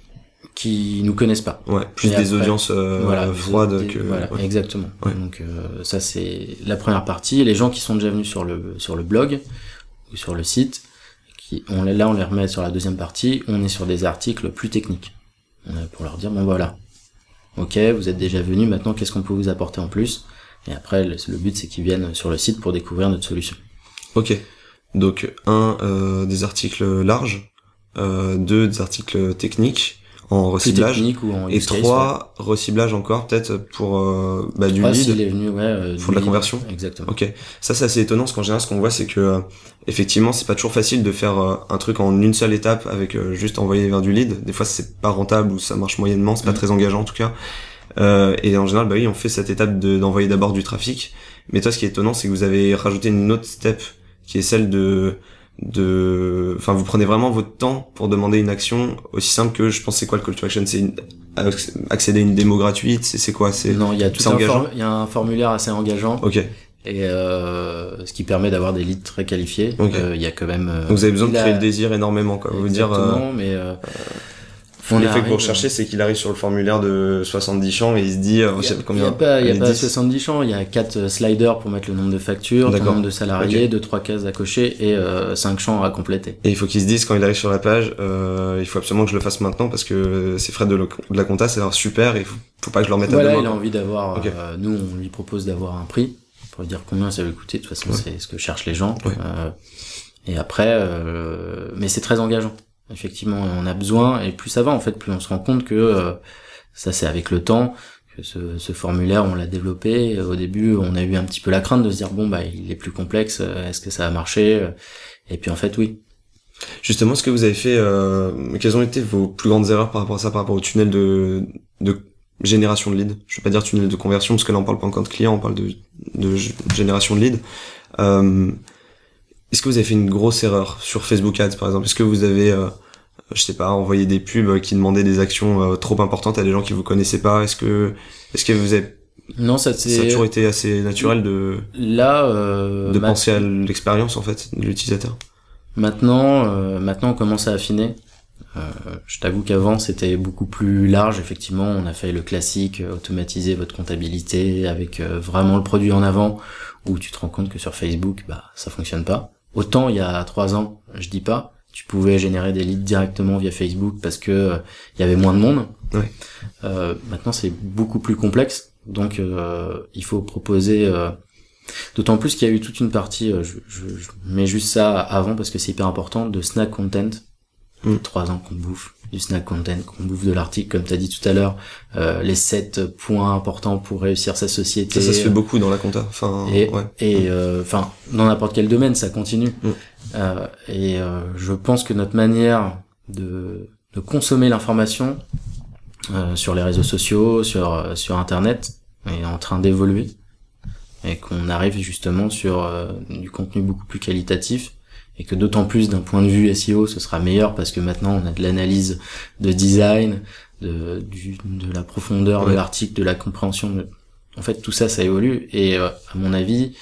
Qui nous connaissent pas. Ouais, plus et des après, audiences euh, voilà, froides des, que... Voilà, ouais. exactement. Ouais. Donc euh, ça c'est la première partie. Les gens qui sont déjà venus sur le sur le blog ou sur le site, qui on là on les remet sur la deuxième partie. On est sur des articles plus techniques. On a pour leur dire bon voilà, ok, vous êtes déjà venus, maintenant qu'est-ce qu'on peut vous apporter en plus? Et après le, le but c'est qu'ils viennent sur le site pour découvrir notre solution. Ok. Donc un euh, des articles larges, euh, deux des articles techniques en reciblage, ou en et trois ouais. reciblage encore peut-être pour euh, bah, du ah, lead, s'il est venu, ouais, euh, pour de la conversion. Exactement. Ok, ça c'est assez étonnant parce qu'en général ce qu'on voit c'est que euh, effectivement c'est pas toujours facile de faire euh, un truc en une seule étape avec euh, juste envoyer vers du lead. Des fois c'est pas rentable ou ça marche moyennement, c'est pas mmh. très engageant en tout cas. Euh, et en général bah oui on fait cette étape de, d'envoyer d'abord du trafic. Mais toi ce qui est étonnant c'est que vous avez rajouté une autre step qui est celle de de enfin vous prenez vraiment votre temps pour demander une action aussi simple que je pense c'est quoi le call to action, c'est une, accéder à une démo gratuite, c'est c'est quoi, c'est non il y a tout un for- il y a un formulaire assez engageant. Ok. Et euh, ce qui permet d'avoir des leads très qualifiés. Il okay. euh, y a quand même euh, donc vous avez besoin de créer a... le désir énormément quoi. Vous dire euh, mais euh, l'effet que vous recherchez, c'est qu'il arrive sur le formulaire de soixante-dix champs et il se dit, euh, je sais pas combien. Il y a pas, il y a pas soixante-dix champs, il y a quatre sliders pour mettre le nombre de factures, le nombre de salariés, okay. deux, trois cases à cocher et euh, cinq champs à compléter. Et il faut qu'il se dise quand il arrive sur la page, euh, il faut absolument que je le fasse maintenant parce que ces frais de, le, de la compta, c'est alors super et il faut, faut pas que je le remette voilà, à demain. Voilà, il a envie d'avoir, okay. euh, nous, on lui propose d'avoir un prix pour lui dire combien ça va lui coûter. De toute façon, ouais. c'est ce que cherchent les gens. Ouais. Euh, et après, euh, mais c'est très engageant. Effectivement, on a besoin, et plus ça va en fait, plus on se rend compte que euh, ça c'est avec le temps, que ce, ce formulaire on l'a développé. Au début on a eu un petit peu la crainte de se dire bon bah il est plus complexe, est-ce que ça va marcher? Et puis en fait oui. Justement, ce que vous avez fait, euh, quelles ont été vos plus grandes erreurs par rapport à ça, par rapport au tunnel de, de génération de lead? Je vais pas dire tunnel de conversion parce que là on parle pas encore de clients, on parle de, de génération de lead. Euh, Est-ce que vous avez fait une grosse erreur sur Facebook Ads par exemple? Est-ce que vous avez, euh, je sais pas, envoyé des pubs qui demandaient des actions euh, trop importantes à des gens qui vous connaissaient pas? Est-ce que, est-ce que vous avez, non, ça, c'est... ça a toujours été assez naturel de, là, euh, de ma... penser à l'expérience en fait de l'utilisateur? Maintenant, euh, maintenant on commence à affiner. Euh, je t'avoue qu'avant c'était beaucoup plus large. Effectivement, on a fait le classique, euh, automatiser votre comptabilité avec euh, vraiment le produit en avant, où tu te rends compte que sur Facebook, bah ça fonctionne pas. Autant il y a trois ans, je dis pas, tu pouvais générer des leads directement via Facebook parce que euh, il y avait moins de monde. Ouais. Euh, maintenant c'est beaucoup plus complexe, donc euh, il faut proposer. Euh, D'autant plus qu'il y a eu toute une partie, euh, je, je, je mets juste ça avant parce que c'est hyper important, de snack content. Mm. Trois ans qu'on bouffe du snack content, qu'on bouffe de l'article, comme t'as dit tout à l'heure, euh, les sept points importants pour réussir sa société. Ça, ça se fait beaucoup dans la compta. Enfin, et, ouais. et euh, enfin, dans n'importe quel domaine, ça continue. Mm. Euh, et euh, je pense que notre manière de, de consommer l'information euh, sur les réseaux sociaux, sur sur Internet, est en train d'évoluer, et qu'on arrive justement sur euh, du contenu beaucoup plus qualitatif. Et que d'autant plus d'un point de vue S E O, ce sera meilleur parce que maintenant on a de l'analyse de design, de, du, de la profondeur ouais. de l'article, de la compréhension. De... En fait, tout ça, ça évolue. Et euh, à mon avis,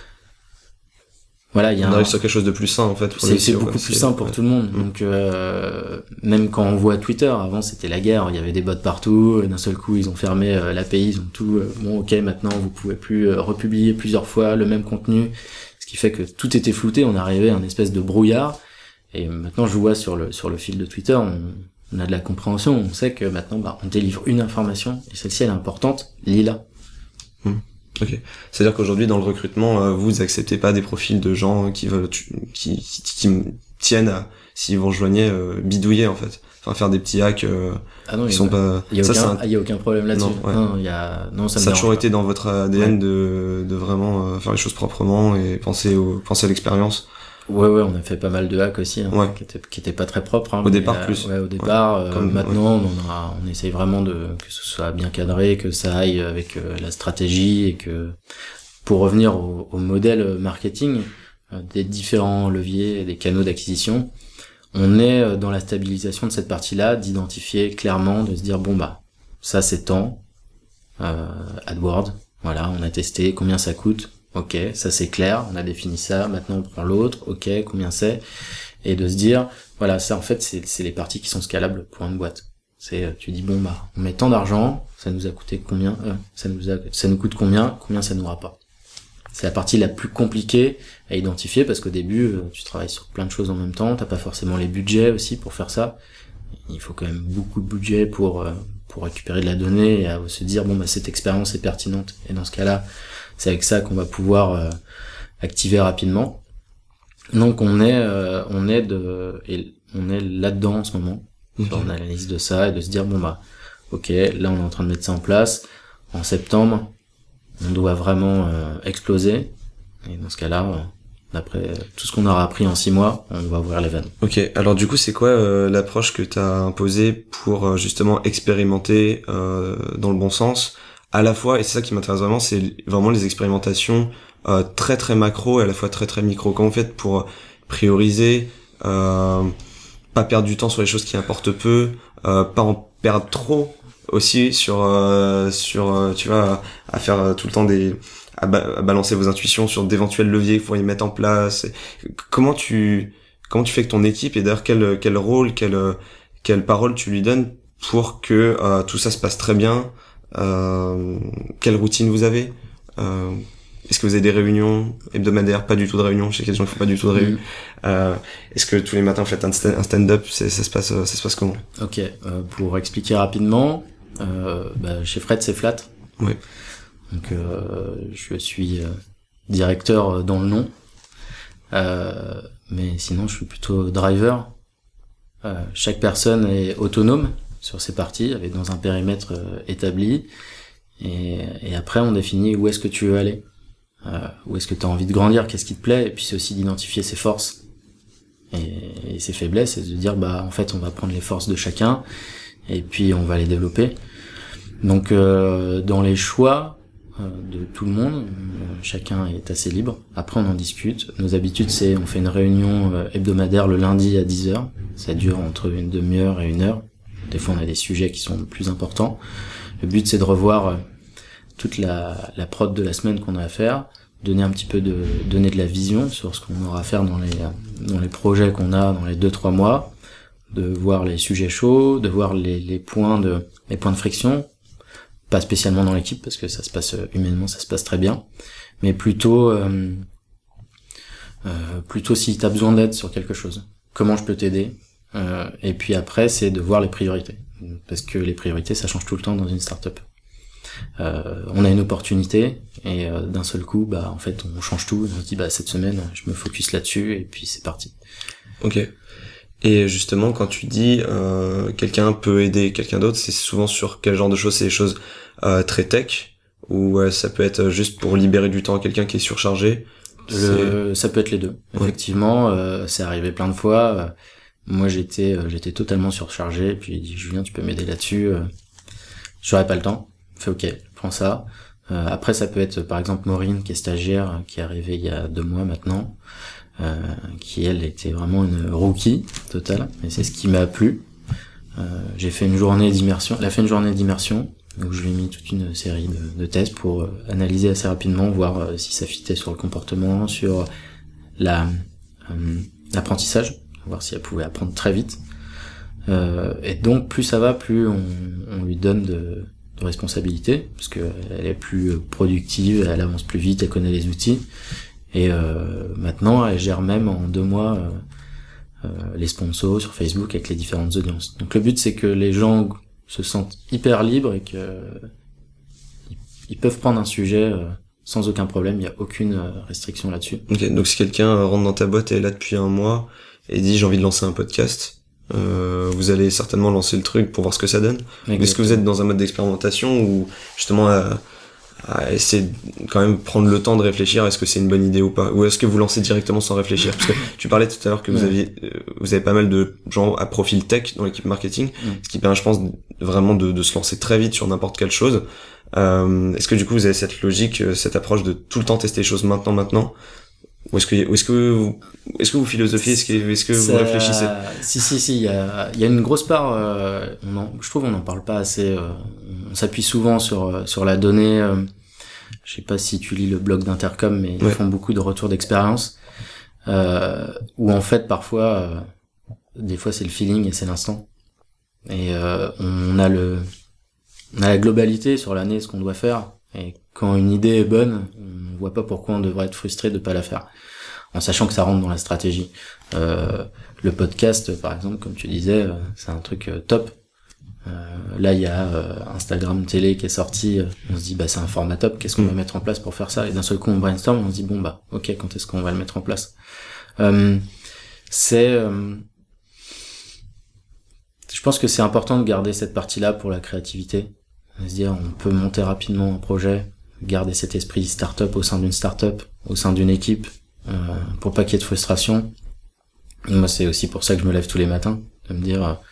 voilà, il y a. On un... arrive sur quelque chose de plus sain en fait. Pour c'est, c'est beaucoup plus sain pour ouais. tout le monde. Mmh. Donc euh, même quand on voit Twitter, avant c'était la guerre, il y avait des bots partout. Et d'un seul coup, ils ont fermé euh, l'A P I, ils ont tout. Euh, bon, ok, maintenant vous pouvez plus euh, republier plusieurs fois le même contenu. Ce qui fait que tout était flouté, on arrivait à un espèce de brouillard. Et maintenant, je vois sur le sur le fil de Twitter, on, on a de la compréhension. On sait que maintenant, bah, on délivre une information et celle-ci, elle est importante. Lis-la. Mmh. Ok. C'est-à-dire qu'aujourd'hui, dans le recrutement, euh, vous acceptez pas des profils de gens qui veulent qui qui, qui tiennent à, s'ils vous rejoignaient, euh, bidouiller en fait. Enfin, faire des petits hacks. Euh, ah non, qui sont pas. Il y a ça, aucun, un... il y a aucun problème là-dessus. Non, ouais. non, il y a non, ça, me ça a toujours pas. été dans votre A D N ouais. de de vraiment euh, faire les choses proprement et penser au penser à l'expérience. Ouais ouais, on a fait pas mal de hacks aussi, hein, ouais. qui étaient qui étaient pas très propres. Hein, au départ euh, plus. Ouais, au départ. Ouais. Euh, Comme, maintenant, ouais. on a, on essaye vraiment de que ce soit bien cadré, que ça aille avec euh, la stratégie et que pour revenir au, au modèle marketing euh, des différents leviers, des canaux d'acquisition. On est dans la stabilisation de cette partie-là, d'identifier clairement, de se dire bon bah ça c'est tant, euh, AdWords, voilà, on a testé, combien ça coûte, ok, ça c'est clair, on a défini ça, maintenant on prend l'autre, ok, combien c'est, et de se dire, voilà, ça en fait c'est, c'est les parties qui sont scalables pour une boîte. C'est, tu dis bon bah on met tant d'argent, ça nous a coûté combien, euh, ça nous a, ça nous coûte combien, combien ça nous rapporte. C'est la partie la plus compliquée à identifier parce qu'au début euh, tu travailles sur plein de choses en même temps, t'as pas forcément les budgets aussi pour faire ça. Il faut quand même beaucoup de budget pour euh, pour récupérer de la donnée et à se dire bon bah cette expérience est pertinente et dans ce cas-là c'est avec ça qu'on va pouvoir euh, activer rapidement. Donc on est euh, on est de et on est là-dedans en ce moment. Okay. Sur l'analyse de ça et de se dire bon bah ok là on est en train de mettre ça en place, en septembre on doit vraiment euh, exploser et dans ce cas-là euh, d'après tout ce qu'on aura appris en six mois on va ouvrir les vannes. Ok, alors du coup c'est quoi euh, l'approche que tu as imposée pour euh, justement expérimenter euh, dans le bon sens à la fois, et c'est ça qui m'intéresse vraiment, c'est vraiment les expérimentations euh, très très macro et à la fois très très micro. Comment vous faites pour prioriser, euh, pas perdre du temps sur les choses qui apportent peu, euh, pas en perdre trop aussi sur euh, sur euh, tu vois à faire euh, tout le temps des à, ba- à balancer vos intuitions sur d'éventuels leviers qu'il faut y mettre en place. Et comment tu comment tu fais que ton équipe, et d'ailleurs quel quel rôle, quelle quelle parole tu lui donnes pour que euh, tout ça se passe très bien, euh, quelle routine vous avez, euh, est-ce que vous avez des réunions hebdomadaires? Pas du tout de réunions. Je sais qu'il y a des gens qui font pas du tout de réunions. Mmh. Euh, est-ce que tous les matins vous faites un, stand- un stand-up? C'est, ça se passe, ça se passe comment? Ok. Euh, pour expliquer rapidement, euh, bah, chez Fred c'est flat. Oui. Donc euh, je suis euh, directeur dans le nom, euh, mais sinon je suis plutôt driver. Euh, chaque personne est autonome sur ses parties, avec dans un périmètre euh, établi, et, et après on définit où est-ce que tu veux aller. Euh, où est-ce que tu as envie de grandir, qu'est-ce qui te plaît, et puis c'est aussi d'identifier ses forces et, et ses faiblesses, et de dire bah en fait on va prendre les forces de chacun et puis on va les développer. Donc euh, dans les choix euh, de tout le monde, euh, chacun est assez libre. Après on en discute. Nos habitudes c'est on fait une réunion euh, hebdomadaire le lundi à dix heures, ça dure entre une demi-heure et une heure. Des fois on a des sujets qui sont plus importants. Le but c'est de revoir euh, toute la, la prod de la semaine qu'on a à faire, donner un petit peu de, donner de la vision sur ce qu'on aura à faire dans les, dans les projets qu'on a dans les deux, trois mois, de voir les sujets chauds, de voir les, les points de, les points de friction, pas spécialement dans l'équipe parce que ça se passe, humainement ça se passe très bien, mais plutôt, euh, euh, plutôt si t'as besoin d'aide sur quelque chose. Comment je peux t'aider? Euh, et puis après, c'est de voir les priorités. Parce que les priorités, ça change tout le temps dans une start-up. Euh, on a une opportunité et euh, d'un seul coup bah en fait on change tout, on se dit bah cette semaine je me focus là-dessus et puis c'est parti. Ok. Et justement quand tu dis euh, quelqu'un peut aider quelqu'un d'autre, c'est souvent sur quel genre de choses? C'est des choses euh, très tech ou euh, ça peut être juste pour libérer du temps à quelqu'un qui est surchargé? Le, ça peut être les deux. Ouais. Effectivement, euh, c'est arrivé plein de fois. Euh, moi j'étais euh, j'étais totalement surchargé et puis j'ai dit Julien tu peux m'aider là-dessus, euh, j'aurais pas le temps. Fait ok, prends ça. Euh, après ça peut être par exemple Maureen qui est stagiaire, qui est arrivée il y a deux mois maintenant, euh, qui elle était vraiment une rookie totale, et c'est ce qui m'a plu. Euh, j'ai fait une journée d'immersion, elle a fait une journée d'immersion où je lui ai mis toute une série de, de tests pour euh, analyser assez rapidement, voir euh, si ça fitait sur le comportement, sur la euh, l'apprentissage, voir si elle pouvait apprendre très vite. Euh, et donc plus ça va, plus on, on lui donne de de responsabilité, parce que elle est plus productive, elle avance plus vite, elle connaît les outils, et euh, maintenant elle gère même en deux mois euh, euh, les sponsors sur Facebook avec les différentes audiences. Donc le but c'est que les gens se sentent hyper libres et que euh, ils peuvent prendre un sujet euh, sans aucun problème, il n'y a aucune euh, restriction là-dessus. Ok, donc si quelqu'un rentre dans ta boîte et est là depuis un mois et dit j'ai envie de lancer un podcast, Euh, vous allez certainement lancer le truc pour voir ce que ça donne. Exactement. Est-ce que vous êtes dans un mode d'expérimentation ou justement à, à essayer de quand même prendre le temps de réfléchir, est-ce que c'est une bonne idée ou pas, ou est-ce que vous lancez directement sans réfléchir? Parce que tu parlais tout à l'heure que vous ouais. aviez euh, vous avez pas mal de gens à profil tech dans l'équipe marketing, ouais. ce qui permet je pense vraiment de, de se lancer très vite sur n'importe quelle chose. Euh, est-ce que du coup vous avez cette logique, cette approche de tout le temps tester les choses maintenant maintenant Ou est-ce que, ou est-ce que vous, est-ce que vous philosophiez, est-ce que, est-ce que vous réfléchissez? Si, si, si, il y a, il y a une grosse part, euh, on en, je trouve on n'en parle pas assez, euh, on s'appuie souvent sur, sur la donnée, euh, je sais pas si tu lis le blog d'Intercom, mais ouais. Ils font beaucoup de retours d'expérience. euh, où en fait parfois, euh, des fois c'est le feeling et c'est l'instant. Et euh, on a le, on a la globalité sur l'année, ce qu'on doit faire. Et quand une idée est bonne, on voit pas pourquoi on devrait être frustré de pas la faire, en sachant que ça rentre dans la stratégie. Euh, le podcast, par exemple, comme tu disais, c'est un truc euh, top. Euh, là, il y a euh, Instagram télé qui est sorti. On se dit, bah c'est un format top. Qu'est-ce qu'on va mettre en place pour faire ça? Et d'un seul coup, on brainstorm. On se dit, bon bah, ok, quand est-ce qu'on va le mettre en place? Euh, c'est, euh, je pense que c'est important de garder cette partie-là pour la créativité. On se dire, on peut monter rapidement un projet, garder cet esprit start-up au sein d'une start-up, au sein d'une équipe, euh, pour pas qu'il y ait de frustration. Et moi, c'est aussi pour ça que je me lève tous les matins, de me dire, euh,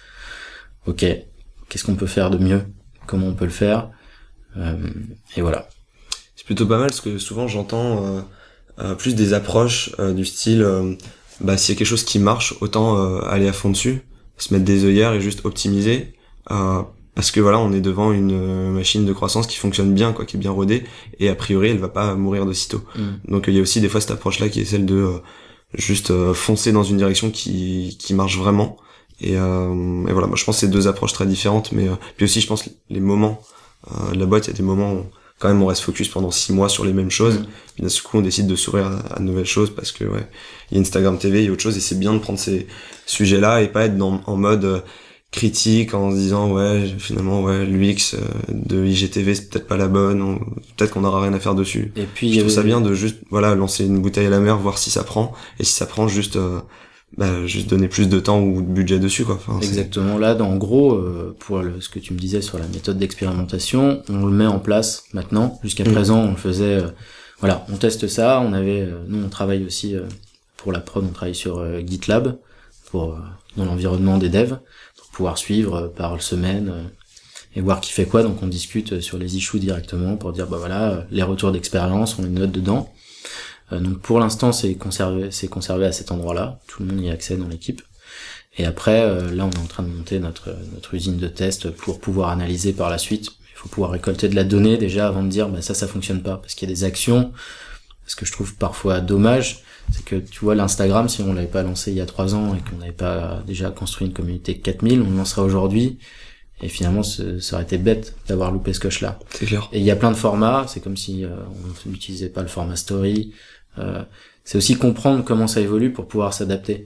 ok, qu'est-ce qu'on peut faire de mieux? Comment on peut le faire? euh, Et voilà. C'est plutôt pas mal, parce que souvent j'entends euh, euh, plus des approches euh, du style, euh, bah s'il y a quelque chose qui marche, autant euh, aller à fond dessus, se mettre des œillères et juste optimiser, euh, parce que voilà, on est devant une euh, machine de croissance qui fonctionne bien, quoi, qui est bien rodée, et a priori elle va pas mourir de sitôt. Mm. Donc il y a aussi des fois cette approche-là qui est celle de euh, juste euh, foncer dans une direction qui qui marche vraiment. Et, euh, et voilà, moi je pense que c'est deux approches très différentes, mais euh, puis aussi je pense les moments euh, de la boîte, il y a des moments où quand même on reste focus pendant six mois sur les mêmes choses, mmh. Puis d'un coup on décide de s'ouvrir à, à de nouvelles choses parce que ouais, il y a Instagram T V, il y a autre chose, et c'est bien de prendre ces sujets-là et pas être dans, en mode euh, critique en se disant ouais finalement ouais l'U X euh, de I G T V c'est peut-être pas la bonne, on, peut-être qu'on aura rien à faire dessus. Et puis je trouve ça bien de juste voilà lancer une bouteille à la mer, voir si ça prend, et si ça prend juste euh, bah juste donner plus de temps ou de budget dessus quoi. Enfin, exactement. Là, dans, en gros, euh, pour le, ce que tu me disais sur la méthode d'expérimentation, on le met en place maintenant. Jusqu'à mmh. présent, on le faisait. Euh, voilà, on teste ça. On avait, euh, nous, on travaille aussi euh, pour la prod. On travaille sur euh, GitLab pour euh, dans l'environnement des devs pour pouvoir suivre euh, par semaine euh, et voir qui fait quoi. Donc, on discute sur les issues directement pour dire bah voilà, euh, les retours d'expérience, on les note dedans. Donc pour l'instant c'est conservé c'est conservé à cet endroit-là, tout le monde y a accès dans l'équipe. Et après euh, là on est en train de monter notre notre usine de test pour pouvoir analyser par la suite. Il faut pouvoir récolter de la donnée déjà avant de dire bah ça ça fonctionne pas, parce qu'il y a des actions. Ce que je trouve parfois dommage, c'est que tu vois l'Instagram, si on l'avait pas lancé il y a trois ans et qu'on n'avait pas déjà construit une communauté de quatre mille, on le lancerait aujourd'hui. Et finalement, ce, ça aurait été bête d'avoir loupé ce coche-là. C'est clair. Et il y a plein de formats. C'est comme si euh, on n'utilisait pas le format story. Euh, c'est aussi comprendre comment ça évolue pour pouvoir s'adapter.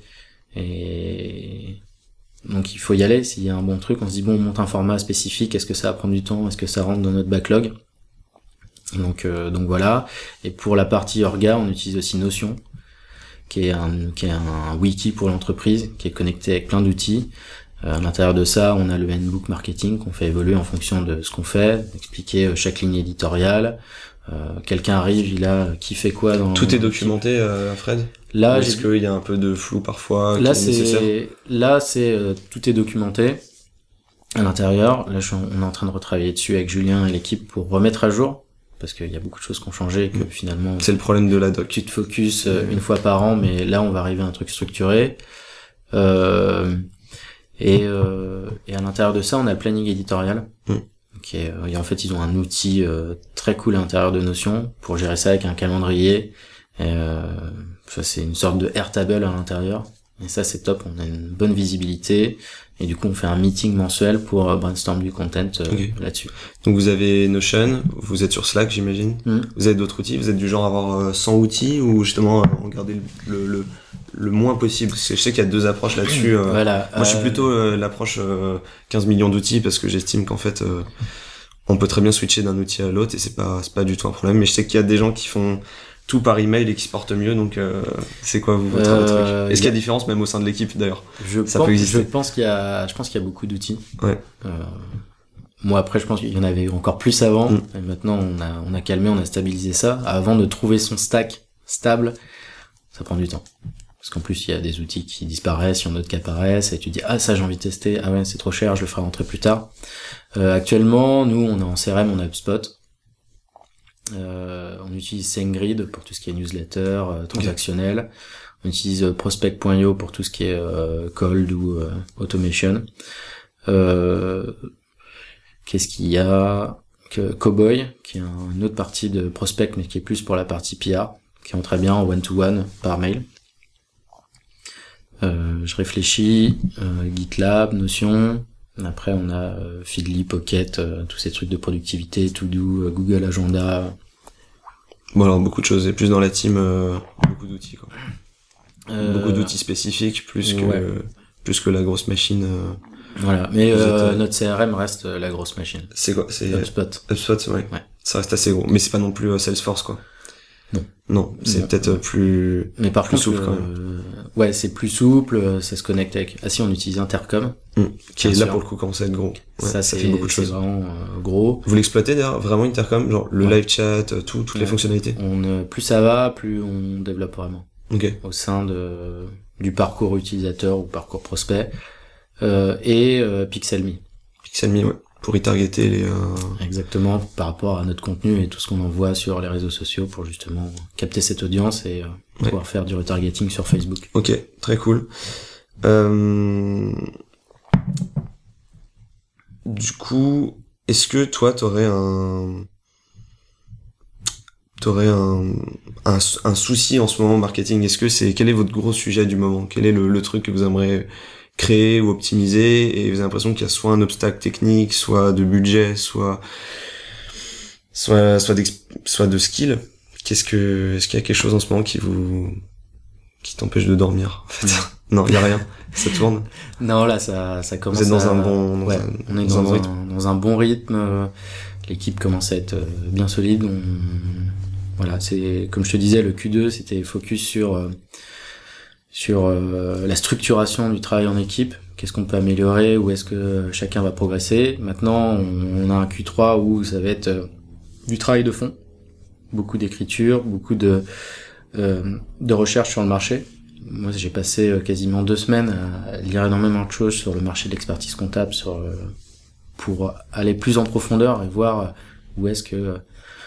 Et donc il faut y aller. S'il y a un bon truc, on se dit bon, on monte un format spécifique. Est-ce que ça va prendre du temps? Est-ce que ça rentre dans notre backlog? Donc euh, donc voilà. Et pour la partie orga, on utilise aussi Notion, qui est un qui est un wiki pour l'entreprise, qui est connecté avec plein d'outils. À l'intérieur de ça, on a le handbook marketing qu'on fait évoluer en fonction de ce qu'on fait, expliquer chaque ligne éditoriale. Euh, quelqu'un arrive, il a qui fait quoi dans... Tout est documenté, euh, Fred? Là, est-ce qu'il y a un peu de flou parfois? Là, c'est nécessaire là, c'est euh, tout est documenté à l'intérieur. Là, je, on est en train de retravailler dessus avec Julien et l'équipe pour remettre à jour, parce qu'il y a beaucoup de choses qui ont changé et que mmh. finalement... C'est le problème de la doc. Tu te focuses euh, mmh. une fois par an, mais là, on va arriver à un truc structuré. Euh... Et, euh, et à l'intérieur de ça, on a le planning éditorial. Mmh. Qui est, et en fait, ils ont un outil euh, très cool à l'intérieur de Notion pour gérer ça avec un calendrier. Et, euh, ça, c'est une sorte de Airtable à l'intérieur. Et ça, c'est top. On a une bonne visibilité. Et du coup, on fait un meeting mensuel pour euh, brainstorm du content euh, okay. là-dessus. Donc, vous avez Notion, vous êtes sur Slack, j'imagine. Mmh. Vous avez d'autres outils. Vous êtes du genre à avoir euh, cent outils ou justement euh, regarder le, le, le moins possible? Parce que je sais qu'il y a deux approches là-dessus. Euh, voilà, moi, euh... je suis plutôt euh, l'approche euh, quinze millions d'outils, parce que j'estime qu'en fait, euh, on peut très bien switcher d'un outil à l'autre et c'est pas c'est pas du tout un problème. Mais je sais qu'il y a des gens qui font tout par email et qui se portent mieux. Donc, euh, c'est quoi vous, votre euh, truc? Est-ce qu'il y a différence même au sein de l'équipe d'ailleurs? Je ça pense, peut exister. Je pense qu'il y a, je pense qu'il y a beaucoup d'outils. Ouais. Euh, moi après, je pense qu'il y en avait encore plus avant. Mm. Et maintenant, on a on a calmé, on a stabilisé ça. Avant de trouver son stack stable, ça prend du temps. Parce qu'en plus, il y a des outils qui disparaissent, il y en a d'autres qui apparaissent, et tu dis, ah, ça, j'ai envie de tester, ah ouais, c'est trop cher, je le ferai rentrer plus tard. Euh, actuellement, nous, on est en C R M, on a HubSpot. Euh, on utilise SendGrid pour tout ce qui est newsletter, euh, transactionnel. Okay. On utilise euh, prospect point io pour tout ce qui est euh, cold ou euh, automation. Euh, qu'est-ce qu'il y a? Que Cowboy, qui est un, une autre partie de prospect, mais qui est plus pour la partie P R, qui est très bien en one-to-one par mail. Euh, je réfléchis, euh, GitLab, Notion. Après, on a euh, Feedly, Pocket, euh, tous ces trucs de productivité, To-Do, euh, Google Agenda. Bon, alors, beaucoup de choses. Et plus dans la team, euh, beaucoup d'outils, quoi. Euh, beaucoup d'outils spécifiques, plus que, ouais. plus que la grosse machine. Euh, voilà. Mais euh, êtes... notre C R M reste la grosse machine. C'est quoi? C'est HubSpot. HubSpot, ouais. ouais. Ça reste assez gros. Mais c'est pas non plus euh, Salesforce, quoi. Non. Non, c'est non. peut-être plus. Mais par plus contre, souple, euh, quand même. ouais, c'est plus souple, ça se connecte avec. Ah si, on utilise Intercom. Mmh. Qui est là sûr. pour le coup commence à être gros. Ouais, ça, ça c'est, fait beaucoup de c'est choses. vraiment euh, gros. Vous l'exploitez d'ailleurs vraiment Intercom, genre le ouais. live chat, tout, toutes ouais. les fonctionnalités. On, euh, plus ça va, plus on développe vraiment. Ok. Au sein de du parcours utilisateur ou parcours prospect euh, et euh, PixelMe. PixelMe, ouais. Pour retargeter les. Euh... Exactement, par rapport à notre contenu et tout ce qu'on envoie sur les réseaux sociaux pour justement capter cette audience et euh, ouais. pouvoir faire du retargeting sur Facebook. Ok, très cool. Euh... Du coup, est-ce que toi t'aurais un t'aurais un, un un souci en ce moment marketing? Est-ce que c'est quel est votre gros sujet du moment? Quel est le, le truc que vous aimeriez créer ou optimiser et vous avez l'impression qu'il y a soit un obstacle technique, soit de budget, soit soit soit soit de skill? Qu'est-ce que est-ce qu'il y a quelque chose en ce moment qui vous qui t'empêche de dormir en fait? Non, il y a rien. Ça tourne. Non, là ça ça commence. Vous êtes dans à... un bon dans ouais, un, on est dans, dans, un, un, rythme. dans un bon rythme. L'équipe commence à être bien solide. On... Voilà, c'est comme je te disais, le Q deux c'était focus sur euh, sur euh, la structuration du travail en équipe. Qu'est-ce qu'on peut améliorer? Où est-ce que chacun va progresser? Maintenant, on, on a un Q trois où ça va être euh, du travail de fond, beaucoup d'écriture, beaucoup de euh, de recherche sur le marché. Moi, j'ai passé euh, quasiment deux semaines à lire énormément de choses sur le marché de l'expertise comptable, sur euh, pour aller plus en profondeur et voir où est-ce que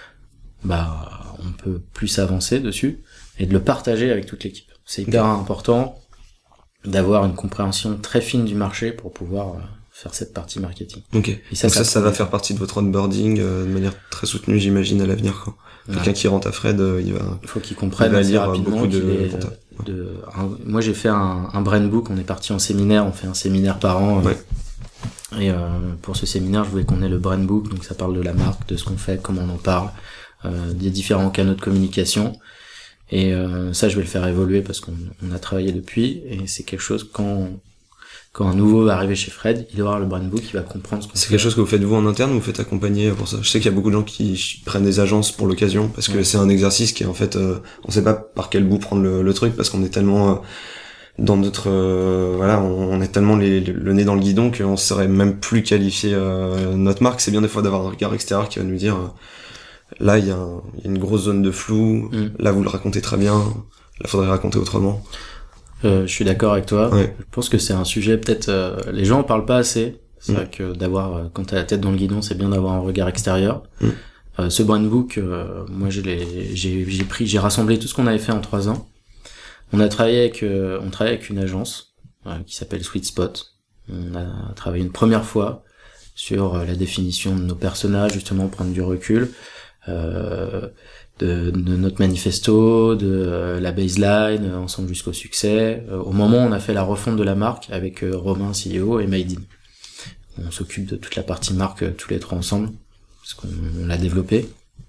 bah on peut plus avancer dessus et de le partager avec toute l'équipe. C'est hyper okay. important d'avoir une compréhension très fine du marché pour pouvoir euh, faire cette partie marketing. Ok. Et ça, Donc ça, ça, ça va faire partie de votre onboarding euh, de manière très soutenue, j'imagine, à l'avenir, quoi. Ouais. Quelqu'un qui rentre à Fred, euh, il va. Il faut qu'il comprenne assez rapidement beaucoup de, est, de, de un, moi, j'ai fait un, un brand book. On est parti en séminaire. On fait un séminaire par an. Ouais. Et euh, pour ce séminaire, je voulais qu'on ait le brand book. Donc ça parle de la marque, de ce qu'on fait, comment on en parle, euh, des différents canaux de communication. Et euh, ça, je vais le faire évoluer parce qu'on on a travaillé depuis. Et c'est quelque chose quand quand un nouveau va arriver chez Fred, il doit avoir le brand book, il va comprendre ce qu'on fait. C'est quelque chose que vous faites vous en interne ou vous faites accompagner pour ça? Je sais qu'il y a beaucoup de gens qui prennent des agences pour l'occasion parce que ouais. c'est un exercice qui est en fait, euh, on sait pas par quel bout prendre le, le truc parce qu'on est tellement euh, dans notre, euh, voilà, on, on est tellement les, le, le nez dans le guidon qu'on saurait même plus qualifier euh, notre marque. C'est bien des fois d'avoir un regard extérieur qui va nous dire, euh, là il y, y a une grosse zone de flou, mm. là vous le racontez très bien, là faudrait raconter autrement. Euh, je suis d'accord avec toi. Ouais. Je pense que c'est un sujet peut-être euh, les gens en parlent pas assez. C'est mmh. vrai que d'avoir euh, quand t'as la tête dans le guidon, c'est bien d'avoir un regard extérieur. Mmh. Euh, ce brand book, euh, moi je l'ai, j'ai, j'ai pris, j'ai rassemblé tout ce qu'on avait fait en trois ans. On a travaillé avec, euh, on travaille avec une agence euh, qui s'appelle Sweet Spot. On a travaillé une première fois sur euh, la définition de nos personnages, justement prendre du recul. Euh, De, de notre manifesto, de euh, la baseline, euh, ensemble jusqu'au succès. Euh, au moment où on a fait la refonte de la marque avec euh, Romain, C E O, et Maïdine. On s'occupe de toute la partie marque euh, tous les trois ensemble, parce qu'on on l'a développée.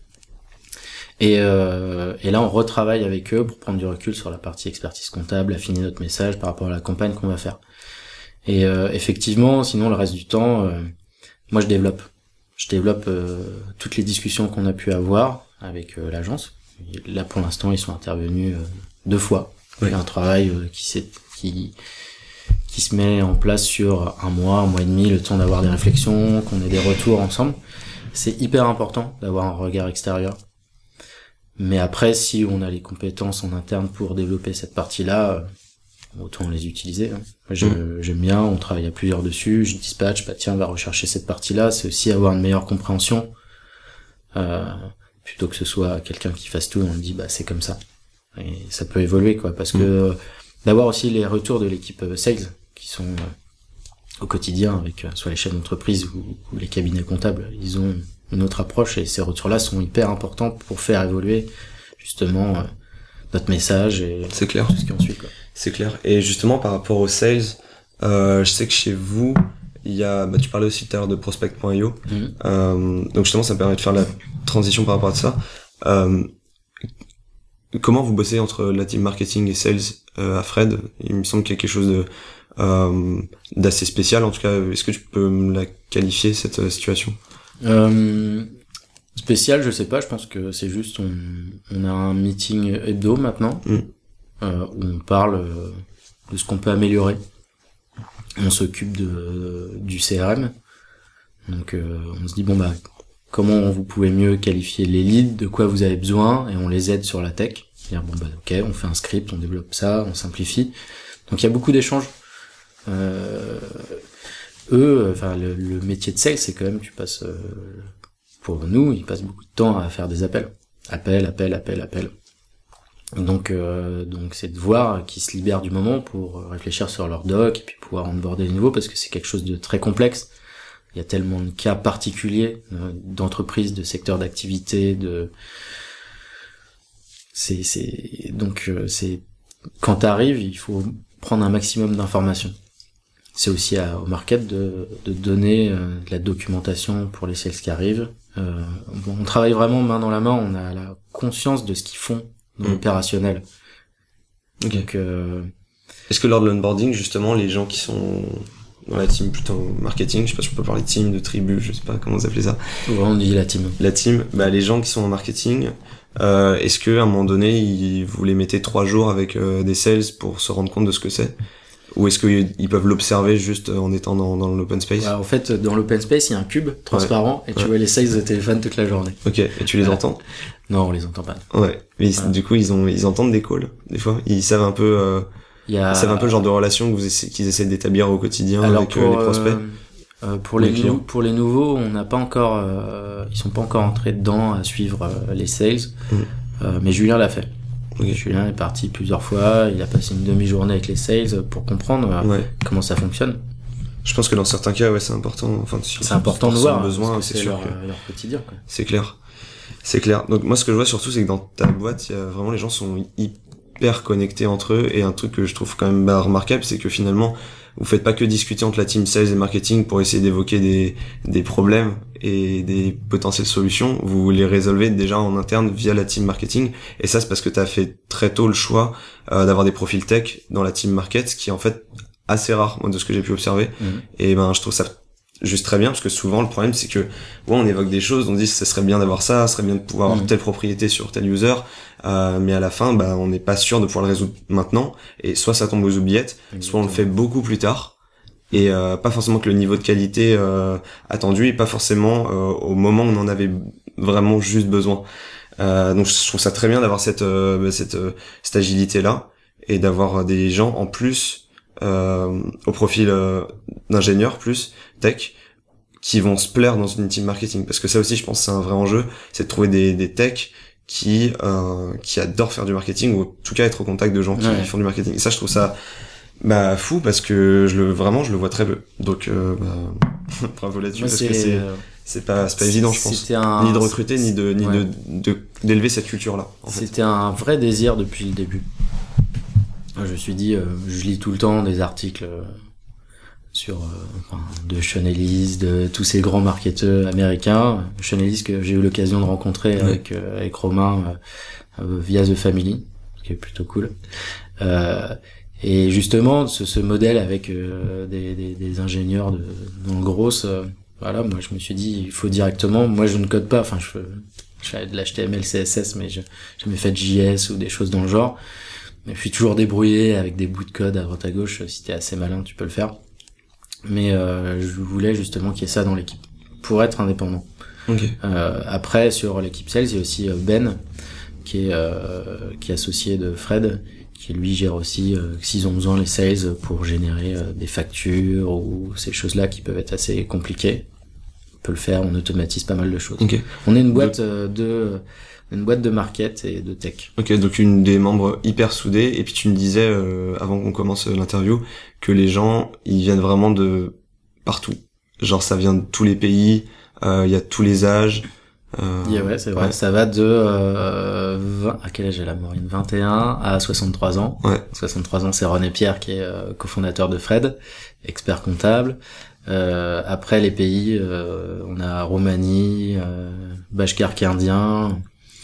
Et, euh, et là, on retravaille avec eux pour prendre du recul sur la partie expertise comptable, affiner notre message par rapport à la campagne qu'on va faire. Et euh, effectivement, sinon, le reste du temps, euh, moi, je développe. Je développe euh, toutes les discussions qu'on a pu avoir avec euh, l'agence. Là, pour l'instant, ils sont intervenus euh, deux fois. Oui. Il y a un travail euh, qui s'est, qui, qui se met en place sur un mois, un mois et demi, le temps d'avoir des réflexions, qu'on ait des retours ensemble. C'est hyper important d'avoir un regard extérieur. Mais après, si on a les compétences en interne pour développer cette partie-là, euh, autant les utiliser. Hein. Moi, je, mmh. j'aime bien, on travaille à plusieurs dessus, je dispatch, bah tiens, on va rechercher cette partie-là. C'est aussi avoir une meilleure compréhension. Euh, plutôt que ce soit quelqu'un qui fasse tout, on dit bah c'est comme ça. Et ça peut évoluer quoi, parce mmh. que d'avoir aussi les retours de l'équipe sales qui sont euh, au quotidien avec euh, soit les chefs d'entreprise ou, ou les cabinets comptables, ils ont une autre approche et ces retours-là sont hyper importants pour faire évoluer justement euh, notre message et c'est clair. tout ce qui en suit, quoi. C'est clair. Et justement, par rapport aux sales, euh, je sais que chez vous, il y a, bah, tu parlais aussi tout à l'heure de prospect point i o. Mmh. Euh, donc justement, ça me permet de faire la transition par rapport à ça. Euh, comment vous bossez entre la team marketing et sales euh, à Fred? Il me semble qu'il y a quelque chose de, euh, d'assez spécial. En tout cas, est-ce que tu peux me la qualifier, cette euh, situation? euh, Spécial, je sais pas. Je pense que c'est juste, on, on a un meeting hebdo maintenant, mmh. euh, où on parle euh, de ce qu'on peut améliorer. On s'occupe de du C R M, donc euh, on se dit bon bah comment vous pouvez mieux qualifier les leads, de quoi vous avez besoin, et on les aide sur la tech. Dire bon bah ok, on fait un script, on développe ça, on simplifie. Donc il y a beaucoup d'échanges. Euh, eux, enfin le, le métier de sales, c'est quand même tu passes euh, pour nous, ils passent beaucoup de temps à faire des appels, appel, appel, appel, appel. Donc, euh, donc c'est de voir qu'ils se libèrent du moment pour réfléchir sur leur doc et puis pouvoir onboarder les nouveaux, parce que c'est quelque chose de très complexe. Il y a tellement de cas particuliers euh, d'entreprises, de secteurs d'activité, de c'est c'est donc euh, c'est quand t'arrives, il faut prendre un maximum d'informations. C'est aussi à, au market de de donner euh, de la documentation pour les sales qui arrivent. Euh, bon, on travaille vraiment main dans la main, on a la conscience de ce qu'ils font dans mmh. l'opérationnel. Okay. Donc, euh... est-ce que lors de l'onboarding, justement, les gens qui sont dans la team plutôt marketing, je sais pas si on peut parler de team, de tribu, je sais pas comment vous appelez ça. Ouais, on dit la team. La team, bah les gens qui sont en marketing, euh, est-ce que à un moment donné, ils, vous les mettez trois jours avec euh, des sales pour se rendre compte de ce que c'est? Ou est-ce qu'ils peuvent l'observer juste en étant dans, dans l'open space? Ouais, en fait, dans l'open space, il y a un cube transparent, ouais. et tu ouais. vois les sales de téléphone toute la journée. Ok, et tu les ouais. entends? Non, on les entend pas. Ouais, mais ouais. du coup, ils ont, ils entendent des calls, des fois. Ils savent un peu, euh, il y a... ils savent un peu le genre de relation que vous essa- qu'ils essaient d'établir au quotidien. Alors avec pour, euh, les prospects. Euh, pour les, les nou- pour les nouveaux, on n'a pas encore, euh, ils sont pas encore entrés dedans à suivre euh, les sales, mmh. euh, mais Julien l'a fait. Okay. Julien est parti plusieurs fois, il a passé une demi-journée avec les sales pour comprendre euh, ouais. comment ça fonctionne. Je pense que dans certains cas, ouais, c'est important. Enfin, c'est, c'est important de voir, besoin, parce que c'est, c'est sûr leur, que... leur quotidien, quoi. C'est clair. C'est clair. Donc moi, ce que je vois surtout, c'est que dans ta boîte, il y a vraiment les gens sont hyper connectés entre eux, et un truc que je trouve quand même bah, remarquable, c'est que finalement, vous faites pas que discuter entre la team sales et marketing pour essayer d'évoquer des des problèmes et des potentielles solutions. Vous les résolvez déjà en interne via la team marketing, et ça c'est parce que t'as fait très tôt le choix euh, d'avoir des profils tech dans la team market, ce qui est en fait assez rare, moi, de ce que j'ai pu observer. Mmh. Et ben je trouve ça juste très bien, parce que souvent le problème c'est que ouais, on évoque des choses, on dit ça serait bien d'avoir ça, ça serait bien de pouvoir mmh. avoir telle propriété sur tel user, euh, mais à la fin bah on n'est pas sûr de pouvoir le résoudre maintenant, et soit ça tombe aux oubliettes, Exactement. soit on le fait beaucoup plus tard, et euh, pas forcément que le niveau de qualité euh, attendu, et pas forcément euh, au moment où on en avait vraiment juste besoin. Euh, donc je trouve ça très bien d'avoir cette euh, cette euh, cette agilité là, et d'avoir des gens en plus euh, au profil euh, d'ingénieur plus tech qui vont se plaire dans une team marketing, parce que ça aussi je pense que c'est un vrai enjeu, c'est de trouver des des techs qui euh, qui adorent faire du marketing, ou en tout cas être au contact de gens qui ouais. font du marketing. Et ça je trouve ça bah fou, parce que je le vraiment je le vois très peu. Donc euh, bah, bravo là-dessus. Moi, parce que c'est euh, c'est pas c'est pas évident, je pense, un... ni de recruter ni de ni ouais. de, de d'élever cette culture là. C'était fait. un vrai désir depuis le début. Je me suis dit, euh, je lis tout le temps des articles euh, sur euh, enfin, de Sean Ellis, de tous ces grands marketeurs américains. Sean Ellis que j'ai eu l'occasion de rencontrer ouais. avec euh, avec Romain euh, via The Family, ce qui est plutôt cool. Euh, et justement, ce, ce modèle avec euh, des, des, des ingénieurs de dans le gros, euh, voilà, moi je me suis dit, il faut directement. Moi, je ne code pas. Enfin, je fais, je fais de l'H T M L, C S S, mais je j'ai jamais fait de J S ou des choses dans le genre. Je suis toujours débrouillé avec des bouts de code à droite à gauche. Si t'es assez malin, tu peux le faire. Mais euh, je voulais justement qu'il y ait ça dans l'équipe pour être indépendant. Okay. Euh, après, sur l'équipe sales, il y a aussi Ben qui est euh, qui est associé de Fred, qui lui gère aussi euh, s'ils ont besoin les sales pour générer euh, des factures ou ces choses-là qui peuvent être assez compliquées. On peut le faire, on automatise pas mal de choses. Okay. On est une boîte euh, de une boîte de market et de tech. Ok, donc une des membres hyper soudés. Et puis tu me disais euh, avant qu'on commence l'interview que les gens ils viennent vraiment de partout. Genre ça vient de tous les pays, il euh, y a tous les âges. Euh, yeah, ouais, c'est vrai. Ouais. Ça va de euh, vingt à quel âge est la Maureen vingt et un à soixante-trois ans. Ouais. soixante-trois ans, c'est René Pierre qui est euh, cofondateur de Fred, expert comptable. Euh, après les pays, euh, on a Roumanie, euh, Bashkar qui est indien,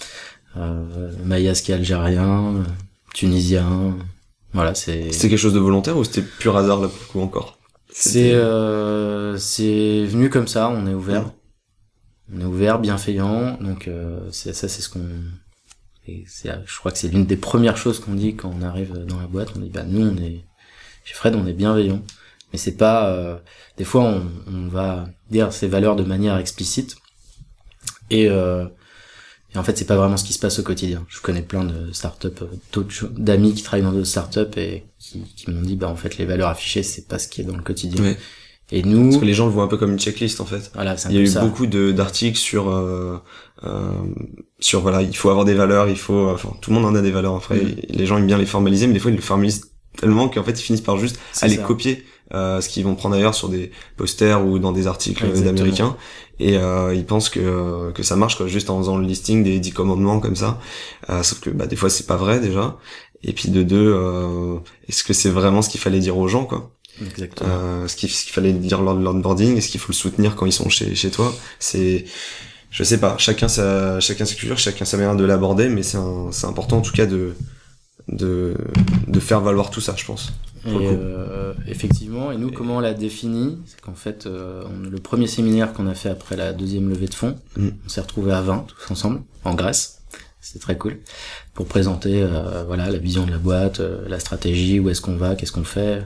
euh, Mayas qui est algérien, tunisien. Voilà, c'est. C'était quelque chose de volontaire ou c'était pur hasard là pour le coup encore? C'est euh, c'est venu comme ça. On est ouvert. Mmh. On est ouvert, bienveillant, donc euh, c'est, ça c'est ce qu'on... C'est, je crois que c'est l'une des premières choses qu'on dit quand on arrive dans la boîte. On dit, bah nous on est... Chez Fred on est bienveillant. Mais c'est pas... Euh, des fois on, on va dire ces valeurs de manière explicite. Et, euh, et en fait c'est pas vraiment ce qui se passe au quotidien. Je connais plein de startups, d'autres, d'amis qui travaillent dans d'autres startups et qui, qui m'ont dit, bah en fait les valeurs affichées c'est pas ce qui est dans le quotidien. Ouais. Et nous, parce que les gens le voient un peu comme une checklist en fait. Voilà, c'est un il y a eu ça. beaucoup de d'articles sur euh, euh, sur voilà, il faut avoir des valeurs, il faut enfin tout le monde en a des valeurs en fait. Mm. Les gens aiment bien les formaliser, mais des fois ils le formalisent tellement qu'en fait ils finissent par juste c'est aller ça. copier euh, ce qu'ils vont prendre ailleurs sur des posters ou dans des articles Exactement. d'américains et euh, ils pensent que que ça marche quoi, juste en faisant le listing des dix commandements comme ça. Euh, sauf que bah des fois c'est pas vrai déjà. Et puis de deux, euh, est-ce que c'est vraiment ce qu'il fallait dire aux gens quoi? Exactement. Euh, ce qu'il, ce qu'il fallait dire lors de l'onboarding, est-ce qu'il faut le soutenir quand ils sont chez chez toi, c'est je sais pas, chacun sa chacun sa culture, chacun sa manière de l'aborder, mais c'est un, c'est important en tout cas de de de faire valoir tout ça, je pense. Et euh, effectivement, et nous et... comment on l'a défini, c'est qu'en fait euh, on, le premier séminaire qu'on a fait après la deuxième levée de fonds, mm. on s'est retrouvés à vingt tous ensemble en Grèce. C'était très cool pour présenter euh, voilà la vision de la boîte, euh, la stratégie, où est-ce qu'on va, qu'est-ce qu'on fait.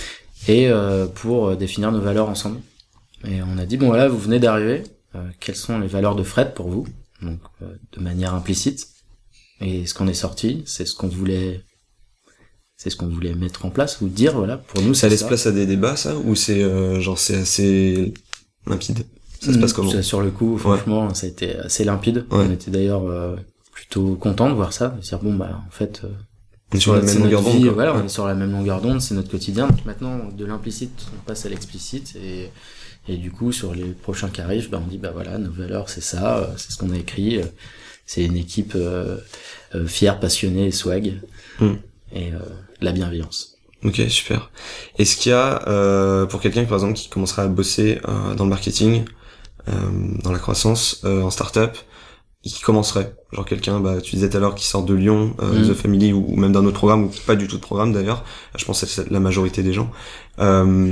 Et euh, pour définir nos valeurs ensemble. Et on a dit, bon voilà, vous venez d'arriver, euh, quelles sont les valeurs de Fred pour vous? Donc euh, de manière implicite. Et ce qu'on est sorti, c'est ce qu'on voulait c'est ce qu'on voulait mettre en place, ou dire, voilà, pour nous, ça c'est laisse ça. place à des débats, ça? Ou c'est euh, genre c'est assez limpide? Ça se passe comment? Ça, sur le coup, franchement, ouais. ça a été assez limpide. Ouais. On était d'ailleurs euh, plutôt contents de voir ça, de dire, bon bah en fait... Euh, on est sur la même longueur d'onde. Voilà, ouais. on est sur la même longueur d'onde, c'est notre quotidien. Donc maintenant, de l'implicite, on passe à l'explicite, et, et du coup, sur les prochains qui arrivent, bah, on dit, bah voilà, nos valeurs, c'est ça, c'est ce qu'on a écrit, c'est une équipe euh, euh, fière, passionnée et swag, mm. et euh, la bienveillance. Ok, super. Est-ce qu'il y a, euh, pour quelqu'un, par exemple, qui commencerait à bosser euh, dans le marketing, euh, dans la croissance, euh, en start-up, qui commencerait, genre quelqu'un, bah tu disais tout à l'heure, qui sort de Lyon, euh, mmh. The Family, ou, ou même d'un autre programme, ou pas du tout de programme d'ailleurs, je pense que c'est la majorité des gens, euh,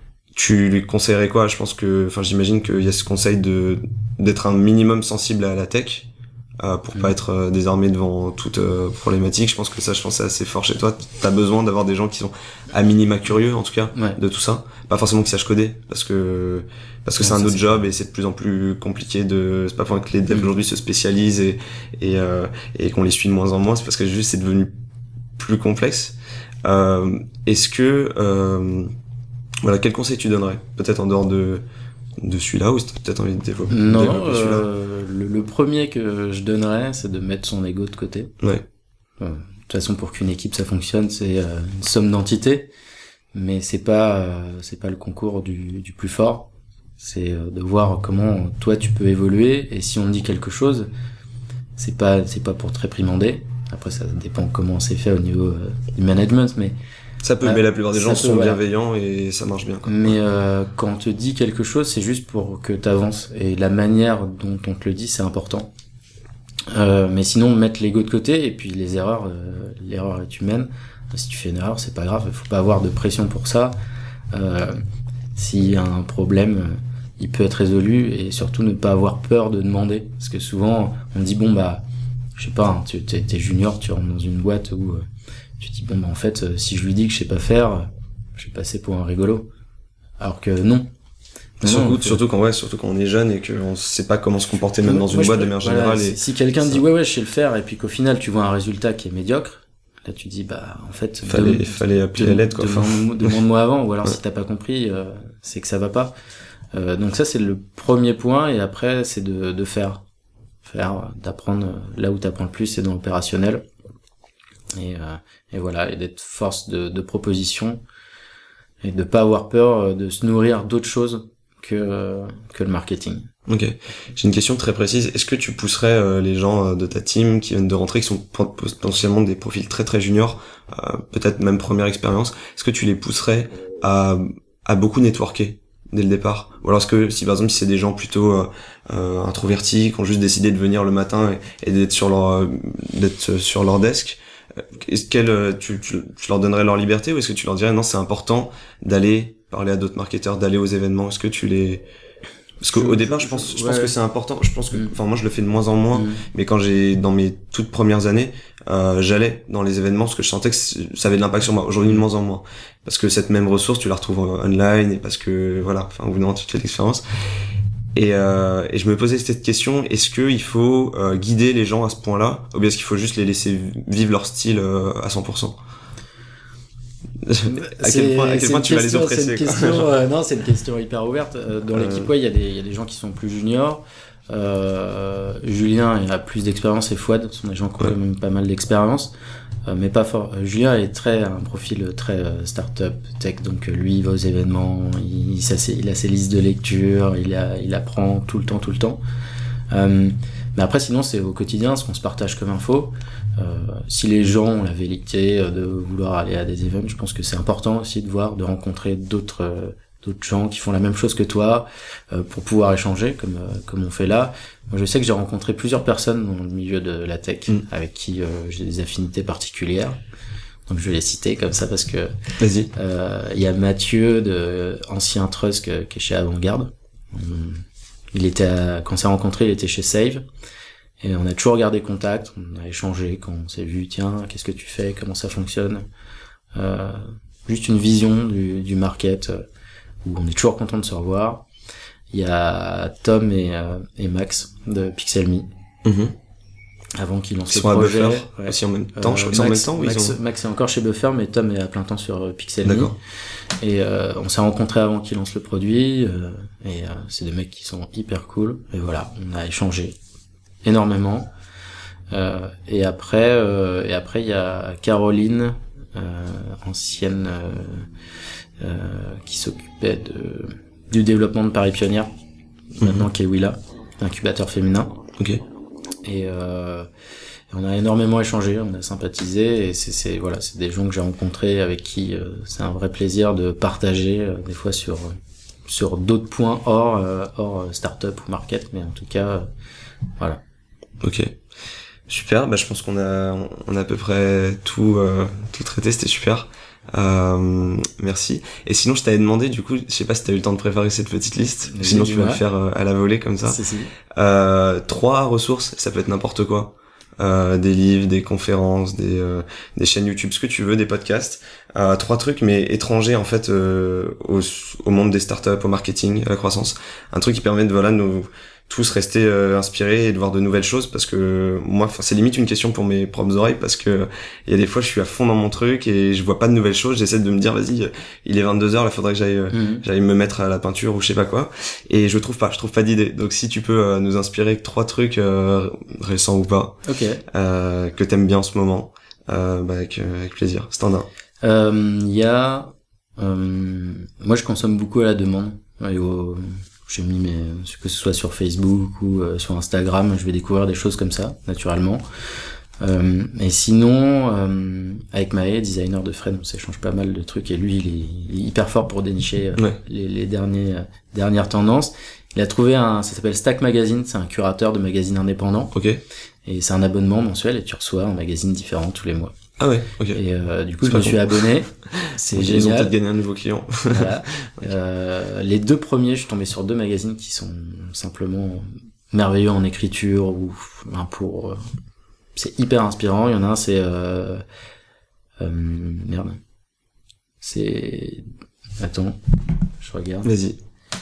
tu lui conseillerais quoi? Je pense que, enfin j'imagine qu'il y a ce conseil de d'être un minimum sensible à la tech, euh, pour mmh. pas être euh, désarmé devant toute euh, problématique. Je pense que ça, je pense c'est assez fort chez toi. T'as besoin d'avoir des gens qui sont à minima curieux, en tout cas, ouais. de tout ça. Pas forcément qu'ils sachent coder, parce que parce que ouais, c'est un autre c'est job cool. Et c'est de plus en plus compliqué de. C'est pas pour que les devs mmh. aujourd'hui se spécialisent et et euh, et qu'on les suit de moins en moins. C'est parce que juste c'est devenu plus complexe. Euh, est-ce que euh, voilà, quel conseil tu donnerais? Peut-être en dehors de de celui-là, ou t'as peut-être envie de développer, non, développer celui-là? Euh, le, le premier que je donnerais, c'est de mettre son ego de côté. Ouais. Euh, de toute façon, pour qu'une équipe ça fonctionne, c'est euh, une somme d'entités, mais c'est pas euh, c'est pas le concours du, du plus fort. C'est euh, de voir comment toi tu peux évoluer, et si on dit quelque chose, c'est pas c'est pas pour te réprimander. Après, ça dépend comment c'est fait au niveau euh, du management, mais ça peut, euh, mais la plupart des gens peut, sont voilà. bienveillants et ça marche bien. Quoi. Mais euh, quand on te dit quelque chose, c'est juste pour que t'avances, et la manière dont on te le dit, c'est important. Euh, mais sinon, mettre l'ego de côté, et puis les erreurs, euh, l'erreur est humaine. Si tu fais une erreur, c'est pas grave, il faut pas avoir de pression pour ça. Euh, s'il y a un problème, il peut être résolu, et surtout ne pas avoir peur de demander, parce que souvent on dit bon bah, je sais pas, hein, tu t'es, t'es junior, tu rentres dans une boîte où euh, tu te dis bon bah en fait, euh, si je lui dis que je sais pas faire, je vais passer pour un rigolo, alors que non. Non, surtout, fait... surtout quand ouais, surtout quand on est jeune et qu'on sait pas comment se comporter même dans une ouais, boîte de manière générale. Voilà, et... Si quelqu'un te dit ouais ouais je sais le faire, et puis qu'au final tu vois un résultat qui est médiocre, là tu dis bah en fait fallait de, fallait appeler la lettre quoi. Demande, demande-moi avant, ou alors ouais. si t'as pas compris, euh, c'est que ça va pas. Euh, donc ça c'est le premier point, et après c'est de de faire faire d'apprendre là où t'apprends le plus, c'est dans l'opérationnel, et euh, et voilà, et d'être force de de proposition, et de pas avoir peur de se nourrir d'autres choses que que le marketing. Ok. J'ai une question très précise. Est-ce que tu pousserais euh, les gens euh, de ta team qui viennent de rentrer, qui sont potentiellement des profils très très juniors, euh, peut-être même première expérience, est-ce que tu les pousserais à, à beaucoup networker dès le départ? Ou alors est-ce que si par exemple si c'est des gens plutôt euh, euh, introvertis, qui ont juste décidé de venir le matin et, et d'être sur leur euh, d'être sur leur desk, est-ce qu'elle tu, tu, tu leur donnerais leur liberté, ou est-ce que tu leur dirais non, c'est important d'aller parler à d'autres marketeurs, d'aller aux événements? Est-ce que tu les Parce qu'au départ, je pense, je pense ouais. que c'est important. Je pense que, enfin, mm. moi, je le fais de moins en moins. Mm. Mais quand j'ai, dans mes toutes premières années, euh, j'allais dans les événements parce que je sentais que ça avait de l'impact sur moi. Aujourd'hui, de moins en moins. Parce que cette même ressource, tu la retrouves online et parce que, voilà, enfin, au bout d'un moment, tu te fais l'expérience. Et, euh, et je me posais cette question, est-ce que il faut euh, guider les gens à ce point-là, ou bien est-ce qu'il faut juste les laisser vivre leur style euh, à cent pour cent? à quel point, à quel point tu question, vas les oppresser? C'est une question, euh, non, c'est une question hyper ouverte. Dans euh... l'équipe, ouais, il y a des, il y a des gens qui sont plus juniors. Euh, Julien, il a plus d'expérience, et Fouad sont des gens qui ont ouais. quand même pas mal d'expérience, euh, mais pas fort. Euh, Julien est très, un profil très euh, start-up tech, donc euh, lui, il va aux événements, il, il, a ses, il a ses listes de lecture, il a, il apprend tout le temps, tout le temps. Euh, mais après, sinon, c'est au quotidien, ce qu'on se partage comme info. Euh, si les gens ont la velléité de vouloir aller à des événements, je pense que c'est important aussi de voir, de rencontrer d'autres euh, d'autres gens qui font la même chose que toi, euh, pour pouvoir échanger comme euh, comme on fait là. Moi, je sais que j'ai rencontré plusieurs personnes dans le milieu de la tech mm. avec qui euh, j'ai des affinités particulières. Donc je vais les citer comme ça parce que vas-y. Euh, il y a Mathieu, de ancien Trusk, euh, qui est chez Avant-Garde. Hum, il était à, quand on s'est rencontrés, il était chez Save. Et on a toujours gardé contact, on a échangé quand on s'est vu, tiens, qu'est-ce que tu fais, comment ça fonctionne, euh, juste une vision du, du market, euh, où on est toujours content de se revoir. Il y a Tom et, euh, et Max de Pixelme, mm-hmm. avant qu'ils lancent ils le projet. Buffer, ouais. Aussi en même temps, euh, je crois qu'ils sont en même temps, ou Max, ils ont... Max est encore chez Buffer, mais Tom est à plein temps sur euh, Pixelme. D'accord. Et euh, on s'est rencontrés avant qu'ils lancent le produit, euh, et euh, c'est des mecs qui sont hyper cool. Et voilà, on a échangé énormément. Euh, et après, euh, et après il y a Caroline, euh, ancienne, euh, euh, qui s'occupait de du développement de Paris Pionnière, mm-hmm. maintenant qui est Willa, incubateur féminin. Ok. Et, euh, et on a énormément échangé, on a sympathisé, et c'est, c'est voilà, c'est des gens que j'ai rencontrés avec qui euh, c'est un vrai plaisir de partager euh, des fois sur sur d'autres points hors euh, hors start-up ou market, mais en tout cas, euh, voilà. Ok. Super, bah je pense qu'on a on a à peu près tout euh, tout traité, c'était super. Euh, merci. Et sinon, je t'avais demandé, du coup, je sais pas si t'as eu le temps de préparer cette petite liste. Mais sinon, tu vas le faire euh, à la volée comme ça. Si, si. Euh, trois ressources, ça peut être n'importe quoi. Euh, des livres, des conférences, des euh, des chaînes YouTube, ce que tu veux, des podcasts. Euh, trois trucs, mais étrangers en fait euh, au, au monde des startups, au marketing, à la croissance. Un truc qui permet de voilà nous tous rester euh, inspirés et de voir de nouvelles choses, parce que moi, enfin c'est limite une question pour mes propres oreilles, parce que il y a des fois je suis à fond dans mon truc et je vois pas de nouvelles choses, j'essaie de me dire vas-y, il est vingt-deux heures, là faudrait que j'aille euh, mmh. j'aille me mettre à la peinture ou je sais pas quoi, et je trouve pas je trouve pas d'idée. Donc si tu peux euh, nous inspirer avec trois trucs euh, récents ou pas, okay. euh, que t'aimes bien en ce moment, euh, bah avec euh, avec plaisir. C'est un il euh, y a euh, moi je consomme beaucoup à la demande, et au j'ai mis mes, que ce soit sur Facebook ou euh, sur Instagram, je vais découvrir des choses comme ça, naturellement. Euh, et sinon, euh, avec Maë, designer de Fred, on s'échange pas mal de trucs, et lui, il est, il est hyper fort pour dénicher euh, ouais. les, les derniers, euh, dernières tendances. Il a trouvé un, ça s'appelle Stack Magazine, c'est un curateur de magazines indépendants. Ok. Et c'est un abonnement mensuel, et tu reçois un magazine différent tous les mois. Ah ouais, ok. Et euh, du coup, c'est je me con. suis abonné. C'est donc, génial. Ils ont peut-être gagné un nouveau client. Voilà. euh, les deux premiers, je suis tombé sur deux magazines qui sont simplement merveilleux en écriture, ou ben, pour. Euh, c'est hyper inspirant. Il y en a un, c'est euh, euh, merde. C'est attends, je regarde. Vas-y.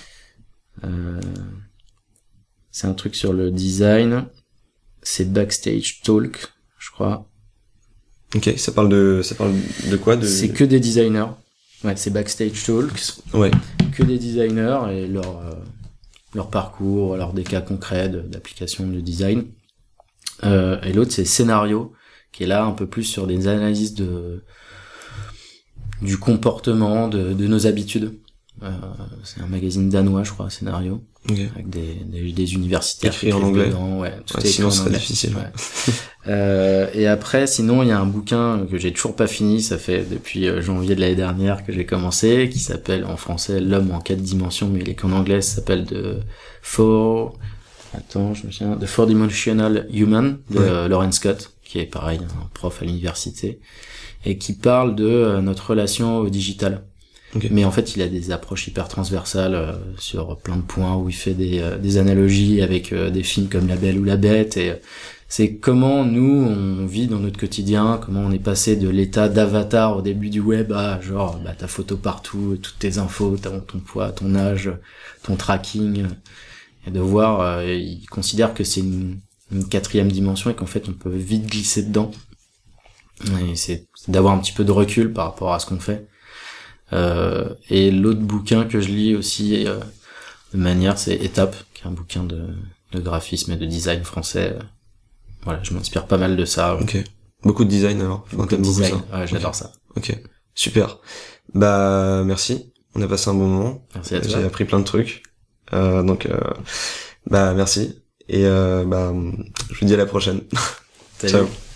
Euh, c'est un truc sur le design. C'est Backstage Talk, je crois. Ok, ça parle de, ça parle de quoi de... C'est que des designers. Ouais, c'est Backstage Talks. Ouais. Que des designers et leur, euh, leur parcours, alors des cas concrets de, d'application de design. Euh, et l'autre, c'est Scénario, qui est là un peu plus sur des analyses de, du comportement, de, de nos habitudes. Euh, c'est un magazine danois, je crois, scénario, okay. avec des, des, des universitaires écrit en anglais. Dedans, ouais, tout ouais, est sinon, écrit ce en serait anglais. difficile. Ouais. euh, et après, sinon, il y a un bouquin que j'ai toujours pas fini. Ça fait depuis euh, janvier de l'année dernière que j'ai commencé, qui s'appelle en français L'homme en quatre dimensions, mais il est qu'en anglais. Ça s'appelle de Four. Attends, je me souviens. The Four Dimensional Human de ouais. euh, Lawrence Scott, qui est pareil, un prof à l'université, et qui parle de euh, notre relation au digital. Okay. Mais en fait, il a des approches hyper transversales euh, sur plein de points où il fait des, euh, des analogies avec euh, des films comme La Belle ou la Bête. Et euh, c'est comment nous, on vit dans notre quotidien, comment on est passé de l'état d'avatar au début du web à genre bah, ta photo partout, toutes tes infos, ton, ton poids, ton âge, ton tracking. Et de voir, euh, il considère que c'est une, une quatrième dimension et qu'en fait, on peut vite glisser dedans. Et c'est, c'est d'avoir un petit peu de recul par rapport à ce qu'on fait. Euh, et l'autre bouquin que je lis aussi euh, de manière, c'est Étape, qui est un bouquin de, de graphisme et de design français. Voilà, je m'inspire pas mal de ça. Ok. Beaucoup de design alors. Beaucoup de beaucoup design. ça. Ouais, j'adore okay. ça. Ok. Super. Bah merci. On a passé un bon moment. Merci à toi. J'ai appris plein de trucs. Euh, donc euh, bah merci. Et euh, bah je vous dis à la prochaine. Salut. Ciao.